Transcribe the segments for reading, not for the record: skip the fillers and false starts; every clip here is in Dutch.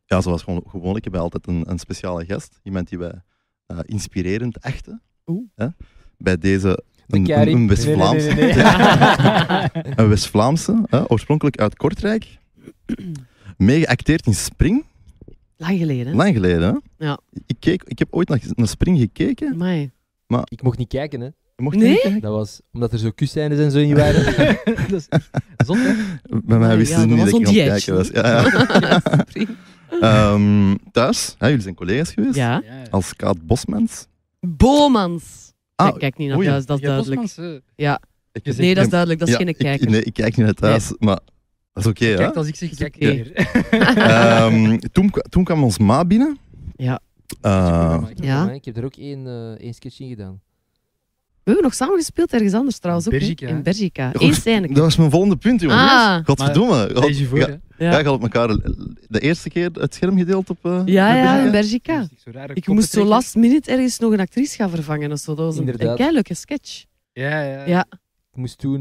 Ja, zoals gewoonlijk hebben we altijd een speciale gast. Iemand die wij inspirerend achten. Bij deze een West-Vlaamse. Nee. Een West-Vlaamse, oorspronkelijk uit Kortrijk. Meegeacteerd in Spring. Lang geleden, hè? Lang geleden, hè? Ja. Ik heb ooit naar Spring gekeken. Amai. Ik mocht niet kijken, hè. Je mocht Nee? niet kijken? Dat was omdat er zo kusscènes en zo in waren. Dat is zot, hè? Bij mij wisten ze dat niet was dat ik on aan the het edge, kijken was. Ja. Spring. Thuis, jullie zijn collega's geweest. Ja. Als Kaat Bosmans. Bomans. Kijk niet naar oei. thuis, dat is duidelijk. Ja. Ik- Nee, dat is duidelijk, dat is geen kijker. Nee, ik kijk niet naar thuis, maar dat is oké, hè? Kijk, als ik zeg, kijk oké. hier. Toen kwam ons ma binnen. Ja. Ja. Ik heb er ook één sketch in gedaan. We hebben nog samen gespeeld ergens anders trouwens. Ook, hè? Bergica, hè? In Bergica. Goed, Eén scène. Dat was mijn volgende punt, jongen. Ah. Godverdomme. Dat is je voor, hè? Ja, je had op elkaar de eerste keer het scherm gedeeld op... Ja, in Bergica. Bergica. Dus zo rare Ik koppen moest zo trekken. last minute ergens nog een actrice gaan vervangen. Of zo. Dat was een Inderdaad. keileuke sketch. Ja. Ja. Ik moest toen...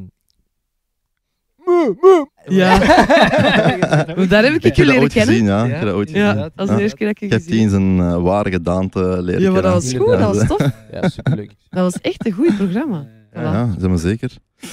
Ja. Maar daar heb ik Ik je heb dat leren ooit kennen. gezien, ja. Ja. Ik heb dat ooit Ja, gezien. dat is de eerste keer dat ik je Ik heb die gezien in zijn ware gedaante leren Ja, maar dat kennen. was goed. Dat was tof. Ja, superleuk. Dat was echt een goed programma. Ja, zijn we zeker.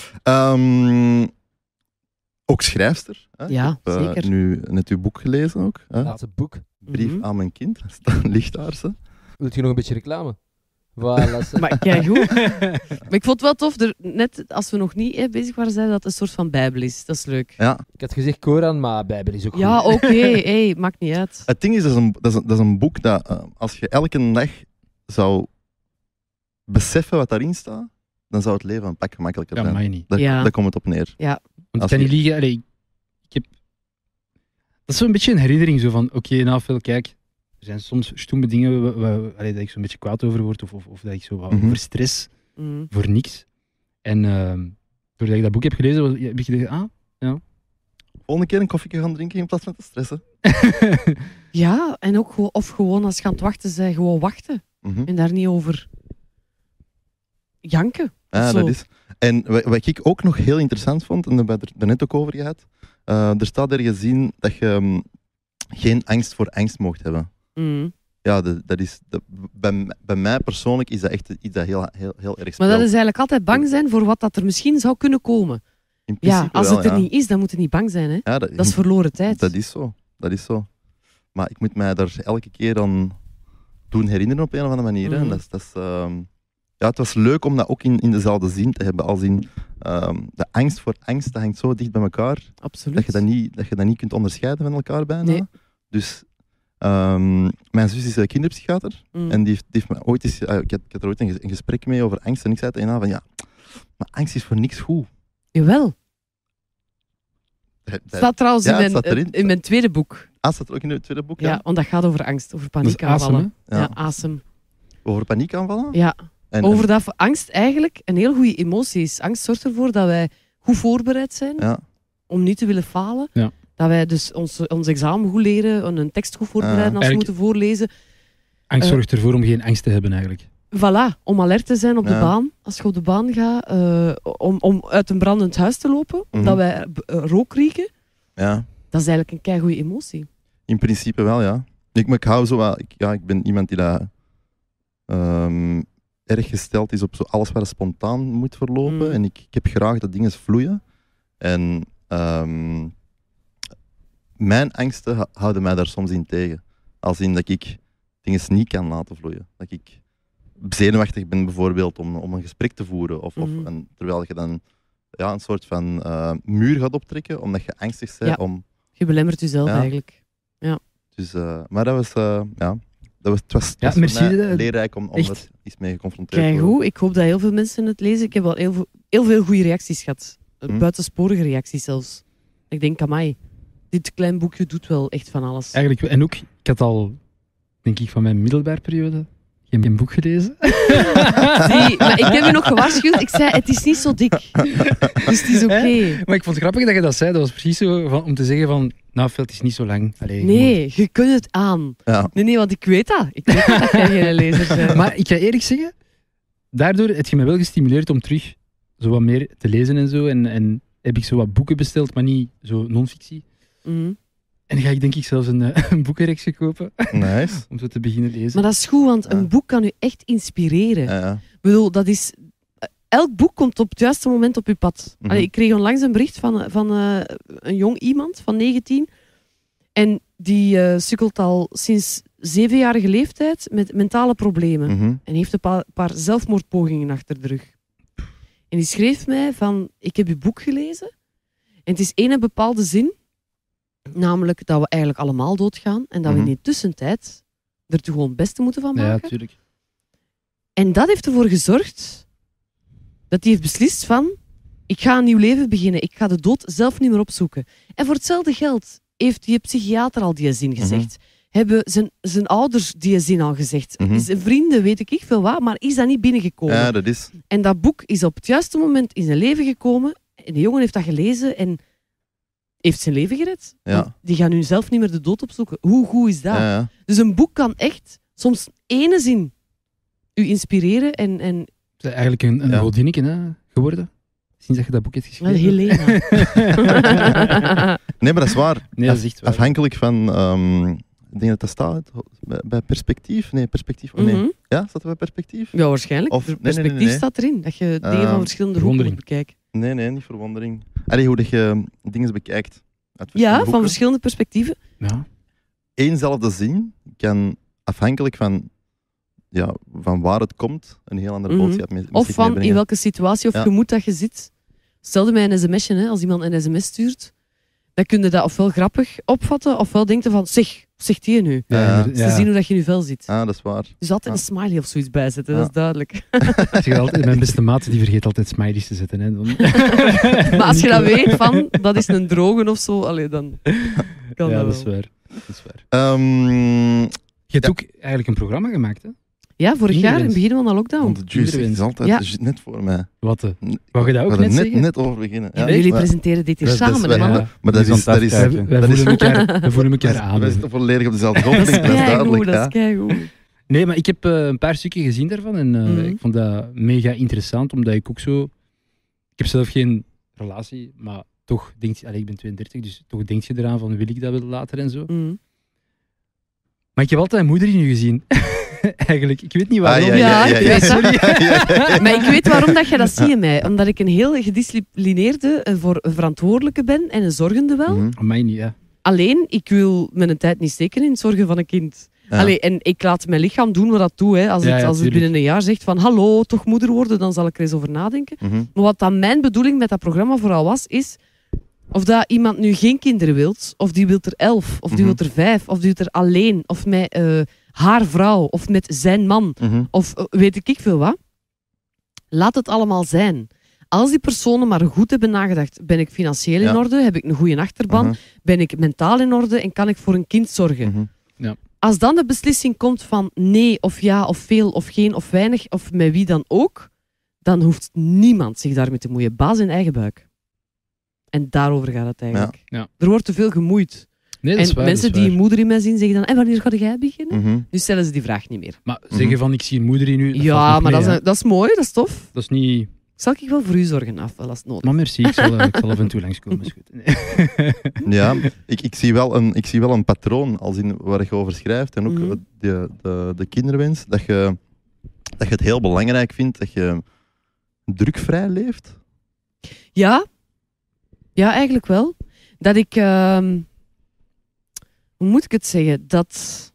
Ook schrijfster. Hè? Ja, Ik heb zeker. nu net uw boek gelezen ook. Hè? Laatste boek. Brief Mhm. aan mijn kind. Stan Lichtaarse. Wilt je nog een beetje reclame? Voilà. Maar kijk goed. Maar ik vond het wel tof, net als we nog niet bezig waren, zei dat het een soort van bijbel is. Dat is leuk. Ja. Ik had gezegd Koran, maar Bijbel is ook goed. Ja, oké. Hey, maakt niet uit. Het ding is, dat is een boek dat als je elke dag zou beseffen wat daarin staat, dan zou het leven een pak gemakkelijker Ja, zijn. mag je niet. Ja. Daar komt het op neer. Want ik Als kan je- niet liegen. Allee, ik heb... Dat is zo'n beetje een herinnering. Zo van, oké, nou Phil, kijk. Er zijn soms stoeme dingen dat ik zo'n beetje kwaad over word. Of dat ik zo wat Mhm. over stress Mm. voor niks. En doordat ik dat boek heb gelezen, heb ik gedacht, Volgende keer een koffie gaan drinken in plaats van te stressen. Ja, en ook gewoon als je aan het wachten bent, gewoon wachten. Mhm. En daar niet over janken. of Ja, zo. dat is. En wat ik ook nog heel interessant vond, en daar hebben we het er net ook over gehad, er staat ergens in dat je geen angst voor angst mocht hebben. Mm. Ja, bij mij persoonlijk is dat echt iets dat heel erg Maar speelt. dat is eigenlijk altijd bang zijn voor wat dat er misschien zou kunnen komen. In Ja, principe als wel, het er ja. niet is, dan moet het niet bang zijn. Hè? Ja, Dat is verloren tijd. Dat is zo. Dat is zo. Maar ik moet mij daar elke keer aan doen herinneren op een of andere manier. Hè. En Mhm. Ja, het was leuk om dat ook in dezelfde zin te hebben. Als in de angst voor angst, dat hangt zo dicht bij elkaar Absoluut. dat je dat niet kunt onderscheiden van elkaar bijna. Nee. Dus mijn zus is kinderpsychiater Mm. en die heeft me ooit eens, ik had er ooit een gesprek mee over angst en ik zei tegen haar van ja, maar angst is voor niks goed. Jawel. Dat Staat trouwens Ja, het staat erin. in mijn tweede boek. staat er ook in het tweede boek, Ja, want dat gaat over angst, over dat is paniekaanvallen. asem, Ja. Ja, asem. over paniekaanvallen. Ja, En, over dat angst eigenlijk een heel goede emotie is. Angst zorgt ervoor dat wij goed voorbereid zijn ja. om niet te willen falen. Ja. Dat wij dus ons examen goed leren, een tekst goed voorbereiden als we Eigenlijk- moeten voorlezen. Angst zorgt ervoor om geen angst te hebben, eigenlijk. Voilà, om alert te zijn op de Ja. baan. Als je op de baan gaat, om uit een brandend huis te lopen, omdat wij rook rieken. Ja, Dat is eigenlijk een keigoede emotie. in principe wel, ja. Maar ik hou zo wel... Ik ben iemand die dat erg gesteld is op zo alles wat spontaan moet verlopen. Mm. En ik heb graag dat dingen vloeien. En mijn angsten houden mij daar soms in tegen. Als in dat ik dingen niet kan laten vloeien. Dat ik zenuwachtig ben bijvoorbeeld om een gesprek te voeren. Terwijl je dan een soort van muur gaat optrekken, omdat je angstig bent Ja. om... Je belemmert jezelf Ja. eigenlijk. Dus, maar dat was, het was Ja, voor merci, mij leerrijk om echt. er eens mee geconfronteerd te Kijk worden. hoe, ik hoop dat heel veel mensen het lezen. Ik heb wel heel veel goede reacties gehad. Hm. Buitensporige reacties zelfs. Ik denk, amai, dit klein boekje doet wel echt van alles. Eigenlijk, en ook, ik had al, denk ik, van mijn middelbaarperiode geen boek gelezen. Zie, maar ik heb je nog gewaarschuwd. Ik zei, het is niet zo dik. Dus het is oké. Maar ik vond het grappig dat je dat zei. Dat was precies zo om te zeggen van, nou, Phil, het is niet zo lang. Allee, Nee, je kunt het aan. Ja. Nee, want ik weet dat. Ik weet dat jij geen lezer bent. Maar ik ga eerlijk zeggen, daardoor heb je me wel gestimuleerd om terug zo wat meer te lezen en zo. En heb ik zo wat boeken besteld, maar niet zo non-fictie. Mhm. En dan ga ik denk ik zelfs een boekenreeksje kopen Nice. om zo te beginnen lezen. Maar dat is goed, want Ja. een boek kan u echt inspireren. Ja. Ik bedoel, dat is... Elk boek komt op het juiste moment op uw pad. Mhm. Allee, ik kreeg onlangs een bericht van een jong iemand van 19. En die sukkelt al sinds 7-jarige leeftijd met mentale problemen. Mhm. En heeft een paar zelfmoordpogingen achter de rug. En die schreef mij van, ik heb uw boek gelezen. En het is één bepaalde zin. Namelijk dat we eigenlijk allemaal doodgaan. En dat we in Mhm. die tussentijd er toch gewoon het beste moeten van Ja, maken. natuurlijk. En dat heeft ervoor gezorgd dat hij heeft beslist van, ik ga een nieuw leven beginnen. Ik ga de dood zelf niet meer opzoeken. En voor hetzelfde geld heeft die psychiater al die zin gezegd. Hebben zijn ouders die zin al gezegd. Mhm. Zijn vrienden, weet ik veel wat, maar is dat niet binnengekomen. Ja, dat is. En dat boek is op het juiste moment in zijn leven gekomen. En de jongen heeft dat gelezen en heeft zijn leven gered. Ja. Want die gaan nu zelf niet meer de dood opzoeken. Hoe goed is dat? Ja. Dus een boek kan echt soms ene zin u inspireren en Het is eigenlijk een Ja. godinnetje geworden. Sinds dat je dat boek hebt wel geschreven. Helena. Nee, maar dat is waar. Nee, dat is echt waar. Afhankelijk van... ik denk dat dat staat bij perspectief. Nee, perspectief. Oh, nee. Mhm. Ja, staat er bij perspectief? Ja, waarschijnlijk. Of- De nee, perspectief nee. staat erin. Dat je dingen van verschillende hoeken verwondering. moet bekijken. Nee, niet verwondering. Allee, hoe dat je dingen bekijkt. Uit Ja, verschillende van hoeken. verschillende perspectieven. Ja. Eénzelfde zin kan afhankelijk van waar het komt, een heel andere Mhm. boodschap met Of zich van in meebrengen. welke situatie of Ja. gemoed dat je zit. Stelde mij een sms'je, hè, als iemand een sms stuurt. Dan kun je dat ofwel grappig opvatten, ofwel denken van, zeg, wat zegt die nu? Ja. Te zien hoe dat je in je vel zit. Ah, dat is waar. Dus altijd Ja. een smiley of zoiets bijzetten, Ja. dat is duidelijk. Ik zeg altijd, mijn beste maat die vergeet altijd smileys te zetten. Hè. Dan... Maar als je dat weet van, dat is een drogen of zo, allee, dan kan Ja, dat dat is wel. waar. Dat is waar. Je hebt Ja. ook eigenlijk een programma gemaakt, hè? Ja, vorig jaar, in het Kinderwens. begin van de lockdown. Want de juice Iedereen. is altijd Ja. net voor mij. Wat? N- Wou je dat ook we hadden net zeggen? net over beginnen. Ja, maar jullie presenteren dit hier dat is samen, wij- hè, man. ja. Maar dat is... Dat is Wij, wij dat is- voelen elkaar aan. we dus. zitten volledig op dezelfde golf. Dat is dat is duidelijk. keigoed, dat is Ja. keigoed. Nee, maar ik heb een paar stukken gezien daarvan en Mhm. ik vond dat mega interessant, omdat ik ook zo... Ik heb zelf geen relatie, maar toch denk je... ik ben 32, dus toch denk je eraan van, wil ik dat wel later en zo. Mm. Maar ik heb altijd een moeder in u gezien. Eigenlijk. Ik weet niet waarom. Ja, ik weet dat. Sorry. Maar ik weet waarom dat je dat ziet in mij. Omdat ik een heel gedisciplineerde, verantwoordelijke ben en een zorgende wel. Mhm. Mij niet, ja. Alleen, ik wil mijn tijd niet steken in het zorgen van een kind. Ja. Allee, en ik laat mijn lichaam doen wat dat doet. Hè. Als, Ja, het, ja, als het tuurlijk. binnen een jaar zegt van hallo, toch moeder worden, dan zal ik er eens over nadenken. Mhm. Maar wat dan mijn bedoeling met dat programma vooral was, is of dat iemand nu geen kinderen wilt, of die wilt er 11, of die Mhm. wilt er 5, of die wilt er alleen, of met haar vrouw, of met zijn man, Mhm. of weet ik veel wat. Laat het allemaal zijn. Als die personen maar goed hebben nagedacht, ben ik financieel in Ja. orde, heb ik een goede achterban, Mhm. ben ik mentaal in orde en kan ik voor een kind zorgen. Mhm. Als dan de beslissing komt van nee of ja of veel of geen of weinig of met wie dan ook, dan hoeft niemand zich daarmee te moeien. Baas in eigen buik. En daarover gaat het eigenlijk. Ja. Er wordt te veel gemoeid. Nee, dat is En waar, mensen dat is die waar. een moeder in mij zien zeggen dan, en wanneer ga jij beginnen? Mhm. Nu stellen ze die vraag niet meer. Maar zeggen van, ik zie een moeder in u, dat valt Ja, nog maar mee, dat hè. is, dat is mooi, dat is tof. Dat is niet... Zal ik wel voor u zorgen af, wel als het nodig is. Maar merci, ik zal af en toe langskomen. Is goed. Nee. Ja, ik zie wel een patroon als in waar je over schrijft en ook Mhm. de kinderwens, dat je het heel belangrijk vindt dat je drukvrij leeft. Ja, eigenlijk wel. Dat ik, hoe moet ik het zeggen, dat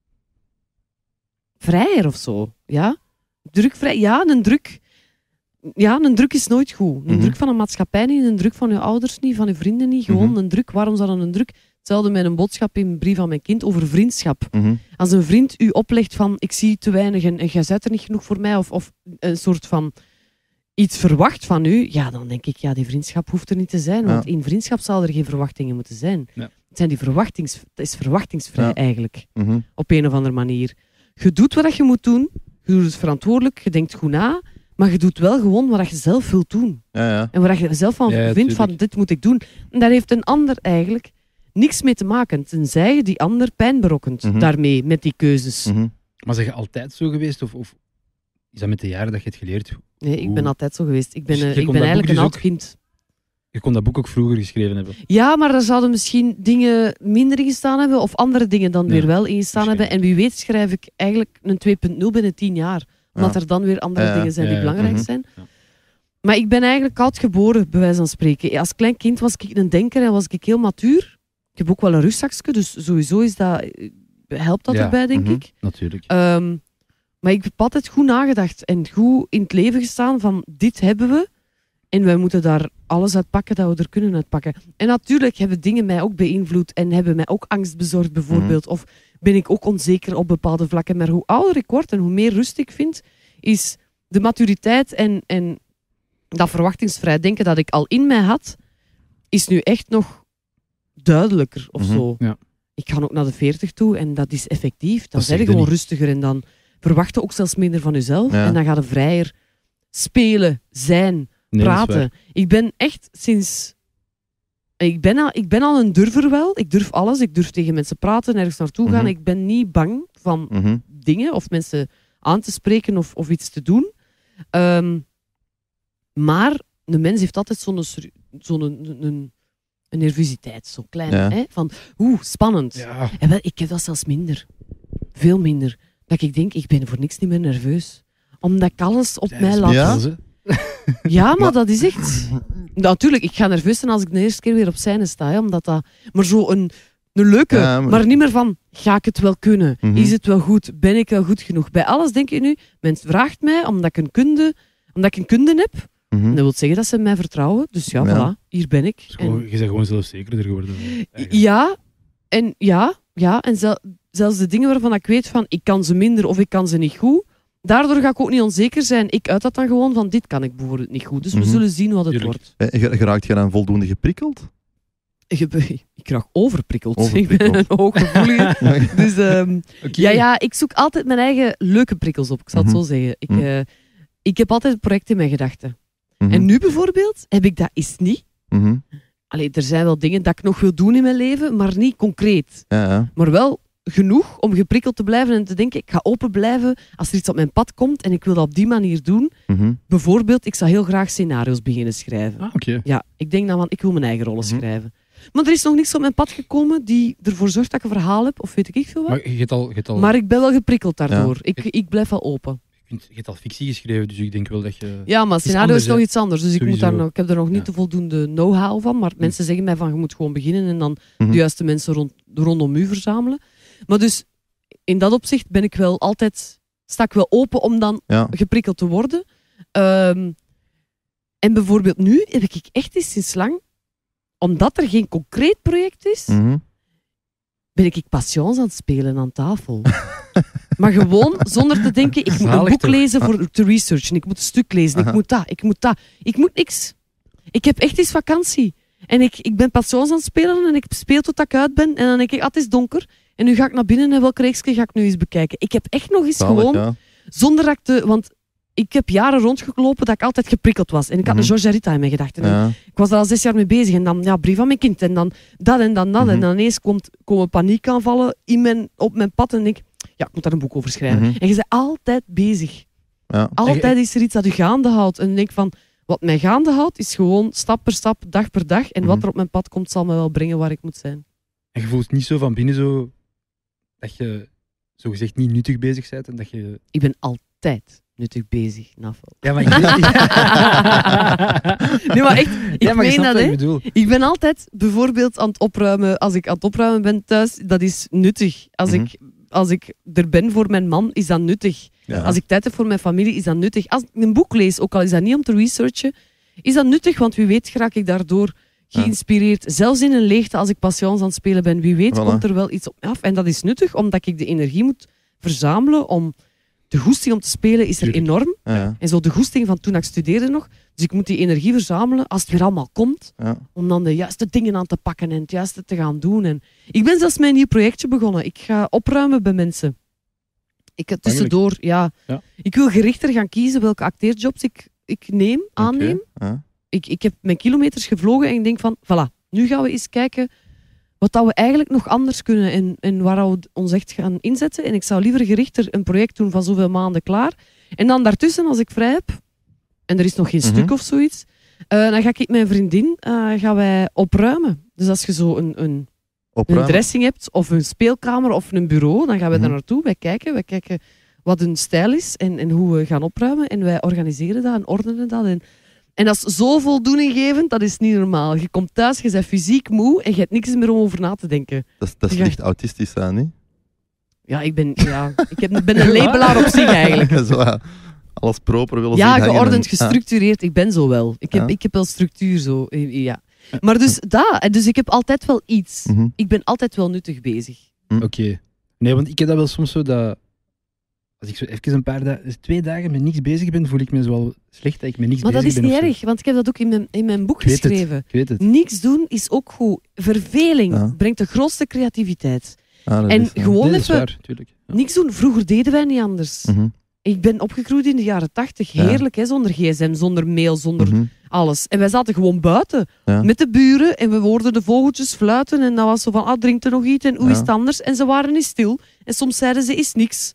vrijer of zo, ja. Drukvrij, ja, een druk is nooit goed. Een Mhm. druk van een maatschappij niet, een druk van je ouders niet, van je vrienden niet, gewoon Mhm. een druk. Waarom zou dan een druk? Hetzelfde met een boodschap in een brief aan mijn kind over vriendschap. Mhm. Als een vriend u oplegt van ik zie te weinig en jij bent er niet genoeg voor mij of een soort van iets verwacht van u, ja, dan denk ik, ja, die vriendschap hoeft er niet te zijn, want Ja. in vriendschap zou er geen verwachtingen moeten zijn. Ja. Het is verwachtingsvrij Ja. eigenlijk, Mhm. op een of andere manier. Je doet wat je moet doen, je doet het verantwoordelijk, je denkt goed na, maar je doet wel gewoon wat je zelf wilt doen. Ja. En waar je zelf van Ja, vindt van, tuurlijk. dit moet ik doen. En daar heeft een ander eigenlijk niks mee te maken, tenzij je die ander pijn berokkent Mhm. daarmee, met die keuzes. Mhm. Maar zeg je altijd zo geweest? Of is dat met de jaren dat je het geleerd? Nee, ik ben Hoe- altijd zo geweest. Ik ben, Dus je ik kon ben dat boek eigenlijk een dus oud ook- kind. Je kon dat boek ook vroeger geschreven hebben. Ja, maar daar zouden misschien dingen minder in gestaan hebben of andere dingen dan weer wel in gestaan hebben. En wie weet schrijf ik eigenlijk een 2.0 binnen 10 jaar. Omdat er dan weer andere dingen zijn die belangrijk zijn. Ja. Maar ik ben eigenlijk oud geboren, bij wijze van spreken. Als klein kind was ik een denker en was ik heel matuur. Ik heb ook wel een rugzakje, dus sowieso helpt dat erbij, denk ik. Natuurlijk. Maar ik heb altijd goed nagedacht en goed in het leven gestaan van dit hebben we. En wij moeten daar alles uitpakken dat we er kunnen uitpakken. En natuurlijk hebben dingen mij ook beïnvloed en hebben mij ook angst bezorgd bijvoorbeeld. Of ben ik ook onzeker op bepaalde vlakken. Maar hoe ouder ik word en hoe meer rust ik vind, is de maturiteit en dat verwachtingsvrij denken dat ik al in mij had, is nu echt nog duidelijker of zo. Ja. Ik ga ook naar de 40 toe en dat is effectief. Dan Dat ben je zeg je gewoon niet. rustiger en dan verwacht je ook zelfs minder van jezelf. Ja. En dan ga je vrijer spelen, zijn, Nee, dat is praten. waar. Ik ben echt sinds... Ik ben al een durver wel. Ik durf alles. Ik durf tegen mensen praten, nergens naartoe gaan. Ik ben niet bang van dingen of mensen aan te spreken of iets te doen. Maar een mens heeft altijd zo'n nervositeit, zo klein. Ja. Hè? Van, spannend. Ja. En wel, ik heb dat zelfs minder. Veel minder. Dat ik denk, ik ben voor niks niet meer nerveus. Omdat ik alles op mij laat. Ja? Ja, maar dat is echt... Natuurlijk, ik ga nerveus zijn als ik de eerste keer weer op scène sta. Hè, omdat dat... Maar zo een leuke, Ja, maar niet meer van, ga ik het wel kunnen? Mhm. Is het wel goed? Ben ik wel goed genoeg? Bij alles denk je nu, mensen vraagt mij omdat ik een kunde heb. En dat wil zeggen dat ze mij vertrouwen. Dus ja, Ja. voilà, hier ben ik. Je bent gewoon zelfzekerder geworden. En zelfs de dingen waarvan ik weet van, ik kan ze minder of ik kan ze niet goed, daardoor ga ik ook niet onzeker zijn. Ik uit dat dan gewoon van, dit kan ik bijvoorbeeld niet goed. Dus we zullen zien wat het Tuurlijk. wordt. Geraakt je dan voldoende geprikkeld? Ik raak overprikkeld. Overprikkeld. Ik ben een hooggevoelige. Dus Oké. ja, ik zoek altijd mijn eigen leuke prikkels op. Ik zal het zo zeggen. Ik heb altijd het project in mijn gedachten. En nu bijvoorbeeld heb ik dat eens niet. Allee, er zijn wel dingen dat ik nog wil doen in mijn leven, maar niet concreet. Ja. Maar wel genoeg om geprikkeld te blijven en te denken, ik ga open blijven als er iets op mijn pad komt en ik wil dat op die manier doen. Bijvoorbeeld, ik zou heel graag scenario's beginnen schrijven. Ah, oké. Ja, ik denk dan van, ik wil mijn eigen rollen schrijven. Maar er is nog niks op mijn pad gekomen die ervoor zorgt dat ik een verhaal heb, of weet ik veel wat. Maar je hebt al, Maar ik ben wel geprikkeld daardoor. Ja. Ik blijf wel open. je hebt al fictie geschreven, dus ik denk wel dat je... Ja, maar is scenario anders, is nog hè. iets anders. Dus Sowieso. ik heb er nog niet de voldoende know-how van. Maar mensen zeggen mij van, je moet gewoon beginnen en dan de juiste mensen rondom u verzamelen. Maar dus, in dat opzicht ben ik wel altijd... Sta ik wel open om dan geprikkeld te worden. En bijvoorbeeld nu heb ik echt eens sinds lang, omdat er geen concreet project is, ben ik passions aan het spelen aan tafel. Maar gewoon zonder te denken, ik moet een Zalig boek toch? lezen voor te researchen, ik moet een stuk lezen, ik moet dat. Ik moet niks. Ik heb echt eens vakantie. En ik ben passions aan het spelen en ik speel tot ik uit ben. En dan denk ik, het is donker. En nu ga ik naar binnen en welke reeksje ga ik nu eens bekijken. Ik heb echt nog eens gewoon, zonder dat ik want ik heb jaren rondgelopen dat ik altijd geprikkeld was. En ik had een Georgia Rita in mijn gedachten. Ja. Ik was er al 6 jaar mee bezig. En dan brief van mijn kind. En dan dat en dan dat. En dan ineens komen paniekaanvallen op mijn pad. En ik ik moet daar een boek over schrijven. En je bent altijd bezig. Ja. Altijd is er iets dat je gaande houdt. En ik denk van, wat mij gaande houdt, is gewoon stap per stap, dag per dag. En wat er op mijn pad komt, zal me wel brengen waar ik moet zijn. En je voelt niet zo van binnen zo dat je zogezegd niet nuttig bezig bent en dat je... Ik ben altijd nuttig bezig, Nafel. Ja, maar Nee, maar echt, ik meen dat, hè. bedoel. Ik ben altijd bijvoorbeeld aan het opruimen, als ik aan het opruimen ben thuis, dat is nuttig. Als ik er ben voor mijn man, is dat nuttig. Ja. Als ik tijd heb voor mijn familie, is dat nuttig. Als ik een boek lees, ook al is dat niet om te researchen, is dat nuttig, want wie weet raak ik daardoor geïnspireerd. Zelfs in een leegte, als ik passions aan het spelen ben, wie weet komt er wel iets op me af. En dat is nuttig, omdat ik de energie moet verzamelen om... De goesting om te spelen is er enorm. Ja. En zo de goesting van toen ik studeerde nog. Dus ik moet die energie verzamelen als het weer allemaal komt. Ja. Om dan de juiste dingen aan te pakken en het juiste te gaan doen. En ik ben zelfs met een nieuw projectje begonnen. Ik ga opruimen bij mensen. Tussendoor, Ik wil gerichter gaan kiezen welke acteerjobs ik aanneem. Ja. Ik heb mijn kilometers gevlogen en ik denk van, voilà, nu gaan we eens kijken wat dat we eigenlijk nog anders kunnen en waar we ons echt gaan inzetten. En ik zou liever gerichter een project doen van zoveel maanden klaar. En dan daartussen, als ik vrij heb, en er is nog geen stuk of zoiets, Dan ga ik met mijn vriendin gaan wij opruimen. Dus als je zo een Opruimen. dressing hebt, of een speelkamer, of een bureau, dan gaan wij daar naartoe. Wij kijken wat hun stijl is en hoe we gaan opruimen. En wij organiseren dat en ordenen dat. En dat is zo voldoeninggevend, dat is niet normaal. Je komt thuis, je bent fysiek moe en je hebt niks meer om over na te denken. Dat is licht autistisch zijn, niet? Ja, ik ben een labelaar op zich eigenlijk. Zo, alles proper willen Ja, zien hangen geordend, en- gestructureerd. Ik ben zo wel. Ik heb wel structuur zo. Ja. Maar dus ik heb altijd wel iets. Mhm. Ik ben altijd wel nuttig bezig. Oké. Nee, want ik heb dat wel soms zo dat... Als ik zo even een paar dagen, 2 dagen met niks bezig ben, voel ik me zo wel slecht dat ik met niks Maar dat bezig is ben. niet of zo. erg, want ik heb dat ook in mijn boek Ik weet het. geschreven. Ik weet het. Niks doen is ook goed. Verveling Ja. brengt de grootste creativiteit. Ah, dat En is, ja. gewoon Nee, dat is even waar, tuurlijk. Ja. niks doen. Vroeger deden wij niet anders. Mhm. Ik ben opgegroeid in de jaren 80. Ja. Heerlijk, hè? Zonder gsm, zonder mail, zonder Mhm. alles. En wij zaten gewoon buiten Ja. met de buren en we hoorden de vogeltjes fluiten en dat was zo van, drinkt er nog iets en hoe is Ja. het anders? En ze waren niet stil. En soms zeiden ze, is niks.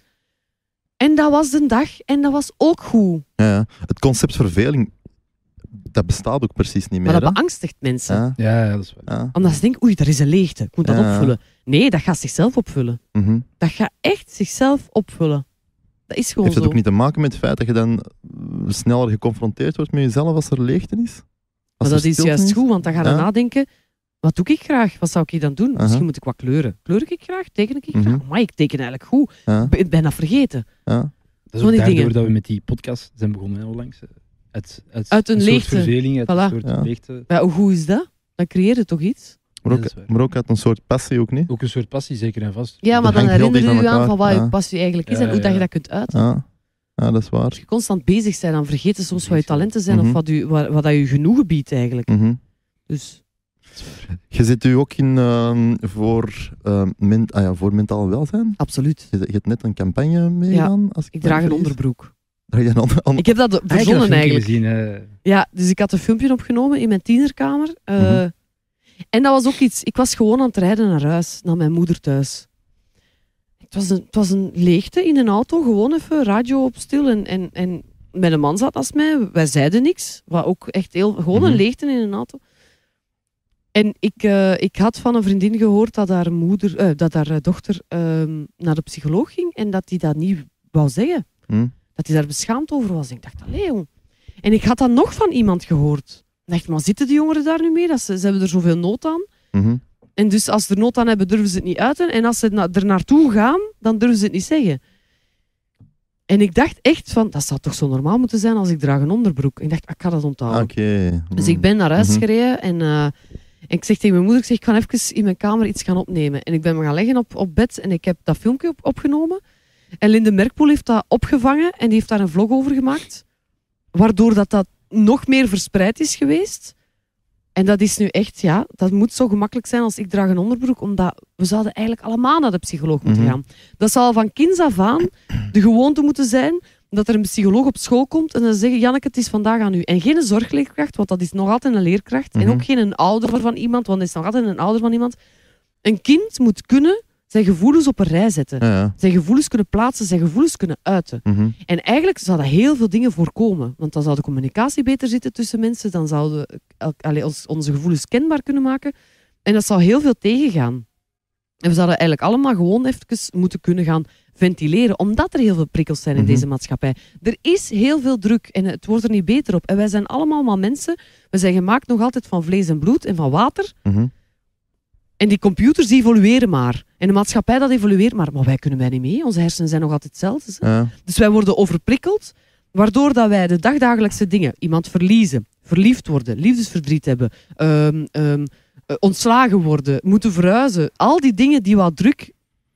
En dat was de dag en dat was ook goed. Ja. Het concept verveling, dat bestaat ook precies niet meer. Maar dat hè? beangstigt mensen. Ja. Ja, dat is waar. Ja. Omdat ze denken, oei, daar is een leegte. Ik moet dat Ja. opvullen. Nee, dat gaat zichzelf opvullen. Mhm. Dat gaat echt zichzelf opvullen. Dat is gewoon Heeft dat zo. ook niet te maken met het feit dat je dan sneller geconfronteerd wordt met jezelf als er leegte is? Als Maar er dat is stilte juist goed, want dan ga je Ja. nadenken, wat doe ik graag? Wat zou ik dan doen? Aha. Misschien moet ik wat kleuren. Kleur ik graag? Teken ik graag? Mhm. Maar ik teken eigenlijk goed. Ja. Ik ben dat vergeten. Ja. Dat is Van ook die daardoor dingen. dat we met die podcast zijn begonnen, hè, onlangs. Uit Uit een soort leegte. verveling, uit Voilà. een soort Ja. leegte. Ja, hoe goed is dat? Dan creëer je toch iets? Maar, Ja, dat is waar. maar ook uit een soort passie ook niet. Ook een soort passie, zeker en vast. Ja, maar Dat dan hangt heel herinner je dicht je aan aan van elkaar. wat je Ja. passie eigenlijk is Ja, en hoe dat je ja. dat kunt uiten. Ja, dat is waar. Als je constant bezig bent, dan vergeet je soms wat je talenten zijn Mhm. of wat dat je genoegen biedt eigenlijk. Mhm. Dus Je zit u ook in voor mentaal welzijn. absoluut. Je hebt net een campagne meegedaan. Als Ik draag een me niet onderbroek. vergis. Draag je een Ik heb dat Ah, ik heb dat verzonnen filmpje eigenlijk. gezien, hè. Ja, dus ik had een filmpje opgenomen in mijn tienerkamer. Mhm. En dat was ook iets. Ik was gewoon aan het rijden naar huis, naar mijn moeder thuis. Het was een leegte in een auto, gewoon even radio op stil. En mijn man zat naast mij, wij zeiden niks. Wat ook echt gewoon een Mhm. leegte in een auto. En ik had van een vriendin gehoord dat haar dochter naar de psycholoog ging en dat die dat niet wou zeggen. Dat hij daar beschaamd over was. En ik dacht, allee jong. En ik had dat nog van iemand gehoord. Ik dacht, maar zitten die jongeren daar nu mee? Ze hebben er zoveel nood aan. Mhm. En dus als ze er nood aan hebben, durven ze het niet uiten. En als ze er naartoe gaan, dan durven ze het niet zeggen. En ik dacht echt van, dat zou toch zo normaal moeten zijn als ik draag een onderbroek. En ik dacht, ik ga dat onthouden. Oké. Dus ik ben naar huis Mhm. gereden en ik zeg tegen mijn moeder, ik ga even in mijn kamer iets gaan opnemen. En ik ben me gaan leggen op bed en ik heb dat filmpje opgenomen. En Linde Merkpoel heeft dat opgevangen en die heeft daar een vlog over gemaakt. Waardoor dat nog meer verspreid is geweest. En dat is nu echt, ja, dat moet zo gemakkelijk zijn als ik draag een onderbroek, omdat we zouden eigenlijk allemaal naar de psycholoog moeten Mhm. gaan. Dat zal van kinds af aan de gewoonte moeten zijn dat er een psycholoog op school komt en dan zeggen, Janneke, het is vandaag aan u. En geen zorgleerkracht, want dat is nog altijd een leerkracht. En Mhm. ook geen een ouder van iemand, want dat is nog altijd een ouder van iemand. Een kind moet kunnen zijn gevoelens op een rij zetten. Ja. Zijn gevoelens kunnen plaatsen, zijn gevoelens kunnen uiten. Mhm. En eigenlijk zou dat heel veel dingen voorkomen. Want dan zou de communicatie beter zitten tussen mensen. Dan zouden we onze gevoelens kenbaar kunnen maken. En dat zou heel veel tegengaan. En we zouden eigenlijk allemaal gewoon even moeten kunnen gaan ventileren. Omdat er heel veel prikkels zijn in Mhm. deze maatschappij. Er is heel veel druk en het wordt er niet beter op. En wij zijn allemaal maar mensen. We zijn gemaakt nog altijd van vlees en bloed en van water. Mhm. En die computers die evolueren maar. En de maatschappij dat evolueert maar. Maar wij kunnen wij niet mee. Onze hersenen zijn nog altijd hetzelfde. Ja. Dus wij worden overprikkeld, waardoor dat wij de dagdagelijkse dingen, iemand verliezen, verliefd worden, liefdesverdriet hebben, ontslagen worden, moeten verhuizen. Al die dingen die wat druk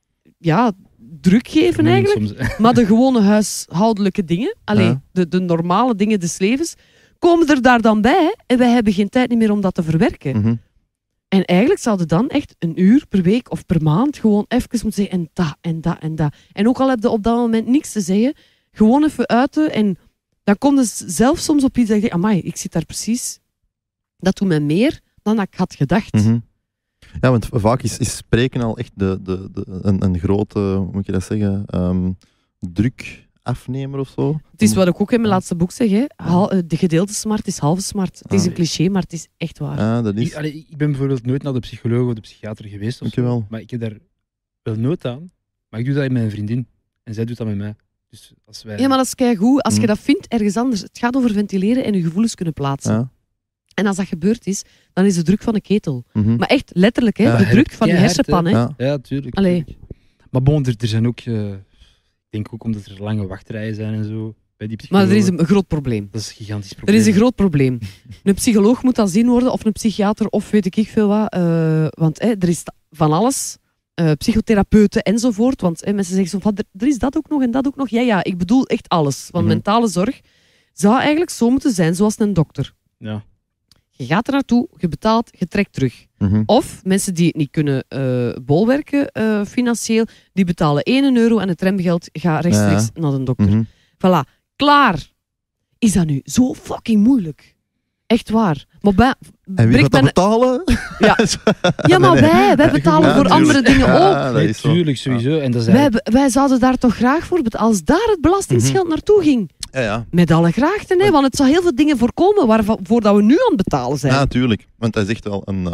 geven Vermoeiend eigenlijk. soms. Maar de gewone huishoudelijke dingen, Ja. de normale dingen des levens, komen er daar dan bij en wij hebben geen tijd meer om dat te verwerken. Mhm. En eigenlijk zouden dan echt 1 uur per week of per maand gewoon even moeten zeggen en dat en dat en dat. En ook al heb je op dat moment niks te zeggen, gewoon even uiten en dan komt het zelf soms op iets dat je denkt, amai, ik zit daar precies. Dat doet mij meer dan dat ik had gedacht. Mhm. Ja, want vaak is spreken al echt een grote, hoe moet je dat zeggen, druk afnemer of zo. Het is wat ik ook in mijn laatste boek zeg. Hè. De gedeelte smart is halve smart. Het is een cliché, maar het is echt waar. Ja, dat is... Ik ben bijvoorbeeld nooit naar de psycholoog of de psychiater geweest. Of zo, Dankjewel. maar ik heb daar wel nood aan. Maar ik doe dat met mijn vriendin. En zij doet dat met mij. Dus als wij... Ja, maar dat is keigoed. Als je dat vindt ergens anders. Het gaat over ventileren en je gevoelens kunnen plaatsen. Ja. En als dat gebeurd is, dan is de druk van de ketel. Mhm. Maar echt letterlijk, hè? Ja, de druk van je keihard, hersenpan. Hè? Ja. Ja, tuurlijk. Allee. tuurlijk. Maar bon, er zijn ook... ik denk ook omdat er lange wachtrijen zijn en zo. Bij die Maar er psychologen. is een groot probleem. Dat is een gigantisch Er probleem. is een groot probleem. Een psycholoog moet dat zien worden, of een psychiater, of weet ik veel wat. Want er is van alles. Psychotherapeuten enzovoort. Want mensen zeggen zo van, er is dat ook nog en dat ook nog. Ja, ik bedoel echt alles. Want Mhm. mentale zorg zou eigenlijk zo moeten zijn zoals een dokter. Ja. Je gaat er naartoe, je betaalt, je trekt terug. Mhm. Of mensen die het niet kunnen bolwerken financieel, die betalen €1 en het remgeld gaat rechtstreeks naar de dokter. Mhm. Voilà, klaar. Is dat nu zo fucking moeilijk? Echt waar. Maar En wie gaat dat betalen? Ja. Ja, maar wij betalen Ja, voor tuurlijk. andere dingen ook. Ja, dat Nee, is zo. tuurlijk, sowieso. En dat is eigenlijk- Wij zouden daar toch graag voor betalen. Als daar het belastingsgeld naartoe ging. Ja. Met alle graagten, hè, want het zou heel veel dingen voorkomen waarvoor dat we nu aan het betalen zijn. Ja, natuurlijk. Want dat is echt wel een,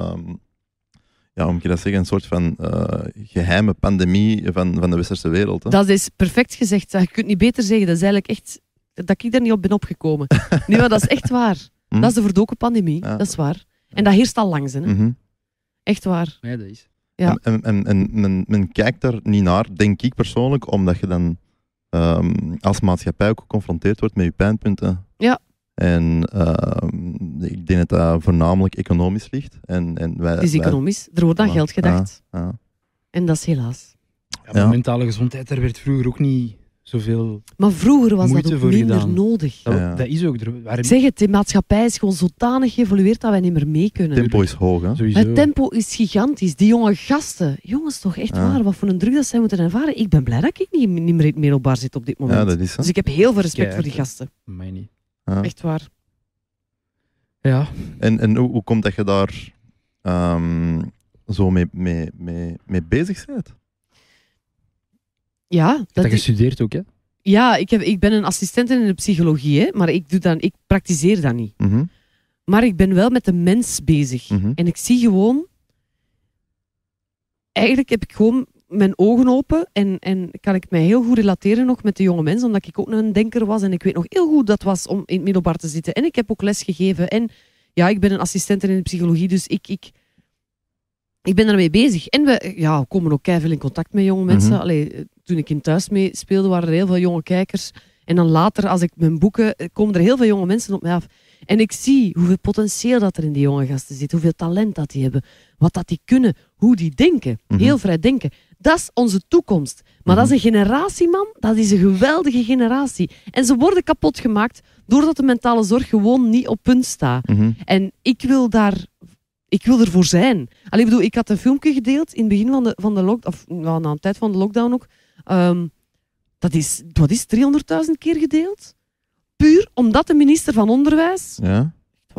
hoe moet je dat zeggen, een soort van geheime pandemie van de westerse wereld. Hè? Dat is perfect gezegd. Je kunt niet beter zeggen. Dat is eigenlijk echt... Dat ik daar niet op ben opgekomen. Nee, maar dat is echt waar. Mhm. Dat is de verdoken pandemie. Ja. Dat is waar. En dat heerst al langs. Hè. Mhm. Echt waar. Ja, dat is. Ja. En men kijkt daar niet naar, denk ik persoonlijk, omdat je dan als maatschappij ook geconfronteerd wordt met je pijnpunten. Ja. En ik denk dat dat voornamelijk economisch ligt. En wij, Het is economisch. Er wordt aan Voilà. geld gedacht. Ja. En dat is helaas. Ja, maar Ja. mentale gezondheid, daar werd vroeger ook niet zoveel... Maar vroeger was dat Moeite ook voor minder gedaan. nodig. Dat, Ja. dat is ook... Er waren Ik zeg het, de maatschappij is gewoon zodanig geëvolueerd dat wij niet meer mee kunnen. Tempo is hoog, hè? sowieso... Het tempo is gigantisch. Die jonge gasten, jongens, toch echt Ja. waar, wat voor een druk dat zij moeten ervaren. Ik ben blij dat ik niet meer in het middelbaar zit op dit moment. Ja, dat is hè. Dus ik heb heel veel respect Keihard, voor die hè. gasten. Mij niet. Ja. Echt waar. Ja. En hoe komt dat je daar zo mee bezig bent? Ja, Dat je studeert ook, hè? ja ik ben een assistent in de psychologie, hè, maar ik praktiseer dat niet. Mhm. Maar ik ben wel met de mens bezig. Mhm. En ik zie gewoon... Eigenlijk heb ik gewoon mijn ogen open en kan ik mij heel goed relateren nog met de jonge mensen, omdat ik ook een denker was en ik weet nog heel goed dat was om in het middelbaar te zitten. En ik heb ook les gegeven. En ja, ik ben een assistent in de psychologie, dus ik ben daarmee bezig. En we komen ook keiveel in contact met jonge mensen. Mhm. Allee, toen ik in Thuis mee speelde, waren er heel veel jonge kijkers. En dan later, als ik mijn boeken... komen er heel veel jonge mensen op mij af. En ik zie hoeveel potentieel dat er in die jonge gasten zit. Hoeveel talent dat die hebben. Wat dat die kunnen. Hoe die denken. Mhm. Heel vrij denken. Dat is onze toekomst. Maar dat is een generatie, man. Dat is een geweldige generatie. En ze worden kapot gemaakt doordat de mentale zorg gewoon niet op punt staat. Mhm. En ik wil ervoor zijn. Allee, ik bedoel, ik had een filmpje gedeeld in het begin van de lockdown, of na een tijd van de lockdown ook. Dat is 300.000 keer gedeeld. Puur omdat de minister van Onderwijs... Ja.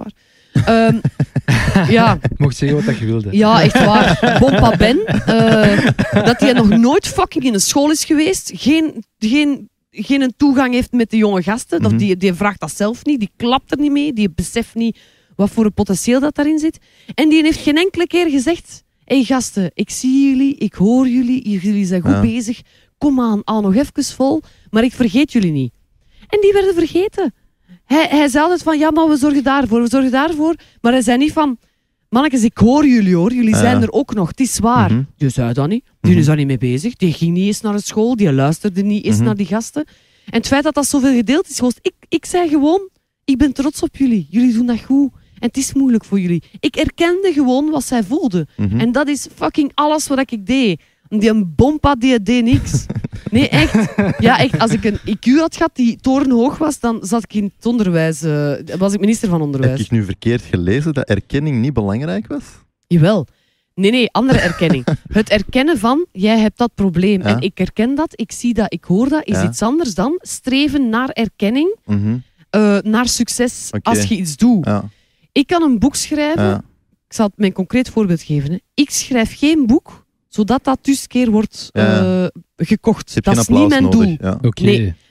Ja, Je mocht zeggen wat dat je wilde. ja, echt waar. Bompa Ben. Dat hij nog nooit fucking in een school is geweest. Geen toegang heeft met de jonge gasten. Mhm. Die vraagt dat zelf niet. Die klapt er niet mee. Die beseft niet wat voor een potentieel dat daarin zit. En die heeft geen enkele keer gezegd... Hé gasten, ik zie jullie, ik hoor jullie zijn goed Ja. bezig. Kom aan, al nog even vol. Maar ik vergeet jullie niet. En die werden vergeten. Hij zei altijd van, ja, maar we zorgen daarvoor. Maar hij zei niet van... Mannetjes, ik hoor jullie hoor. Jullie Ja. zijn er ook nog. Het is waar. Mhm. Die zei dat niet. Die Mhm. is daar niet mee bezig. Die ging niet eens naar de school. Die luisterde niet eens Mhm. naar die gasten. En het feit dat dat zoveel gedeeld is, was... Ik zei gewoon, ik ben trots op jullie. Jullie doen dat goed. En het is moeilijk voor jullie. Ik erkende gewoon wat zij voelden. Mhm. En dat is fucking alles wat ik deed. Die een bompa, die deed niks. Nee, echt. Ja, echt. Als ik een IQ had gehad die torenhoog was, dan zat ik in het onderwijs. Was ik minister van Heb Onderwijs. ik nu verkeerd gelezen dat erkenning niet belangrijk was? Jawel. Nee, andere erkenning. Het erkennen van, jij hebt dat probleem Ja. en ik erken dat, ik zie dat, ik hoor dat, is Ja. iets anders dan streven naar erkenning, Mhm. naar succes Oké. als je iets doet. Ja. Ik kan een boek schrijven, Ja. ik zal het mijn concreet voorbeeld geven. Hè. Ik schrijf geen boek, zodat dat dus keer wordt Ja. gekocht. Je hebt Dat geen is niet applaus mijn nodig. doel. Ja. Oké. Nee.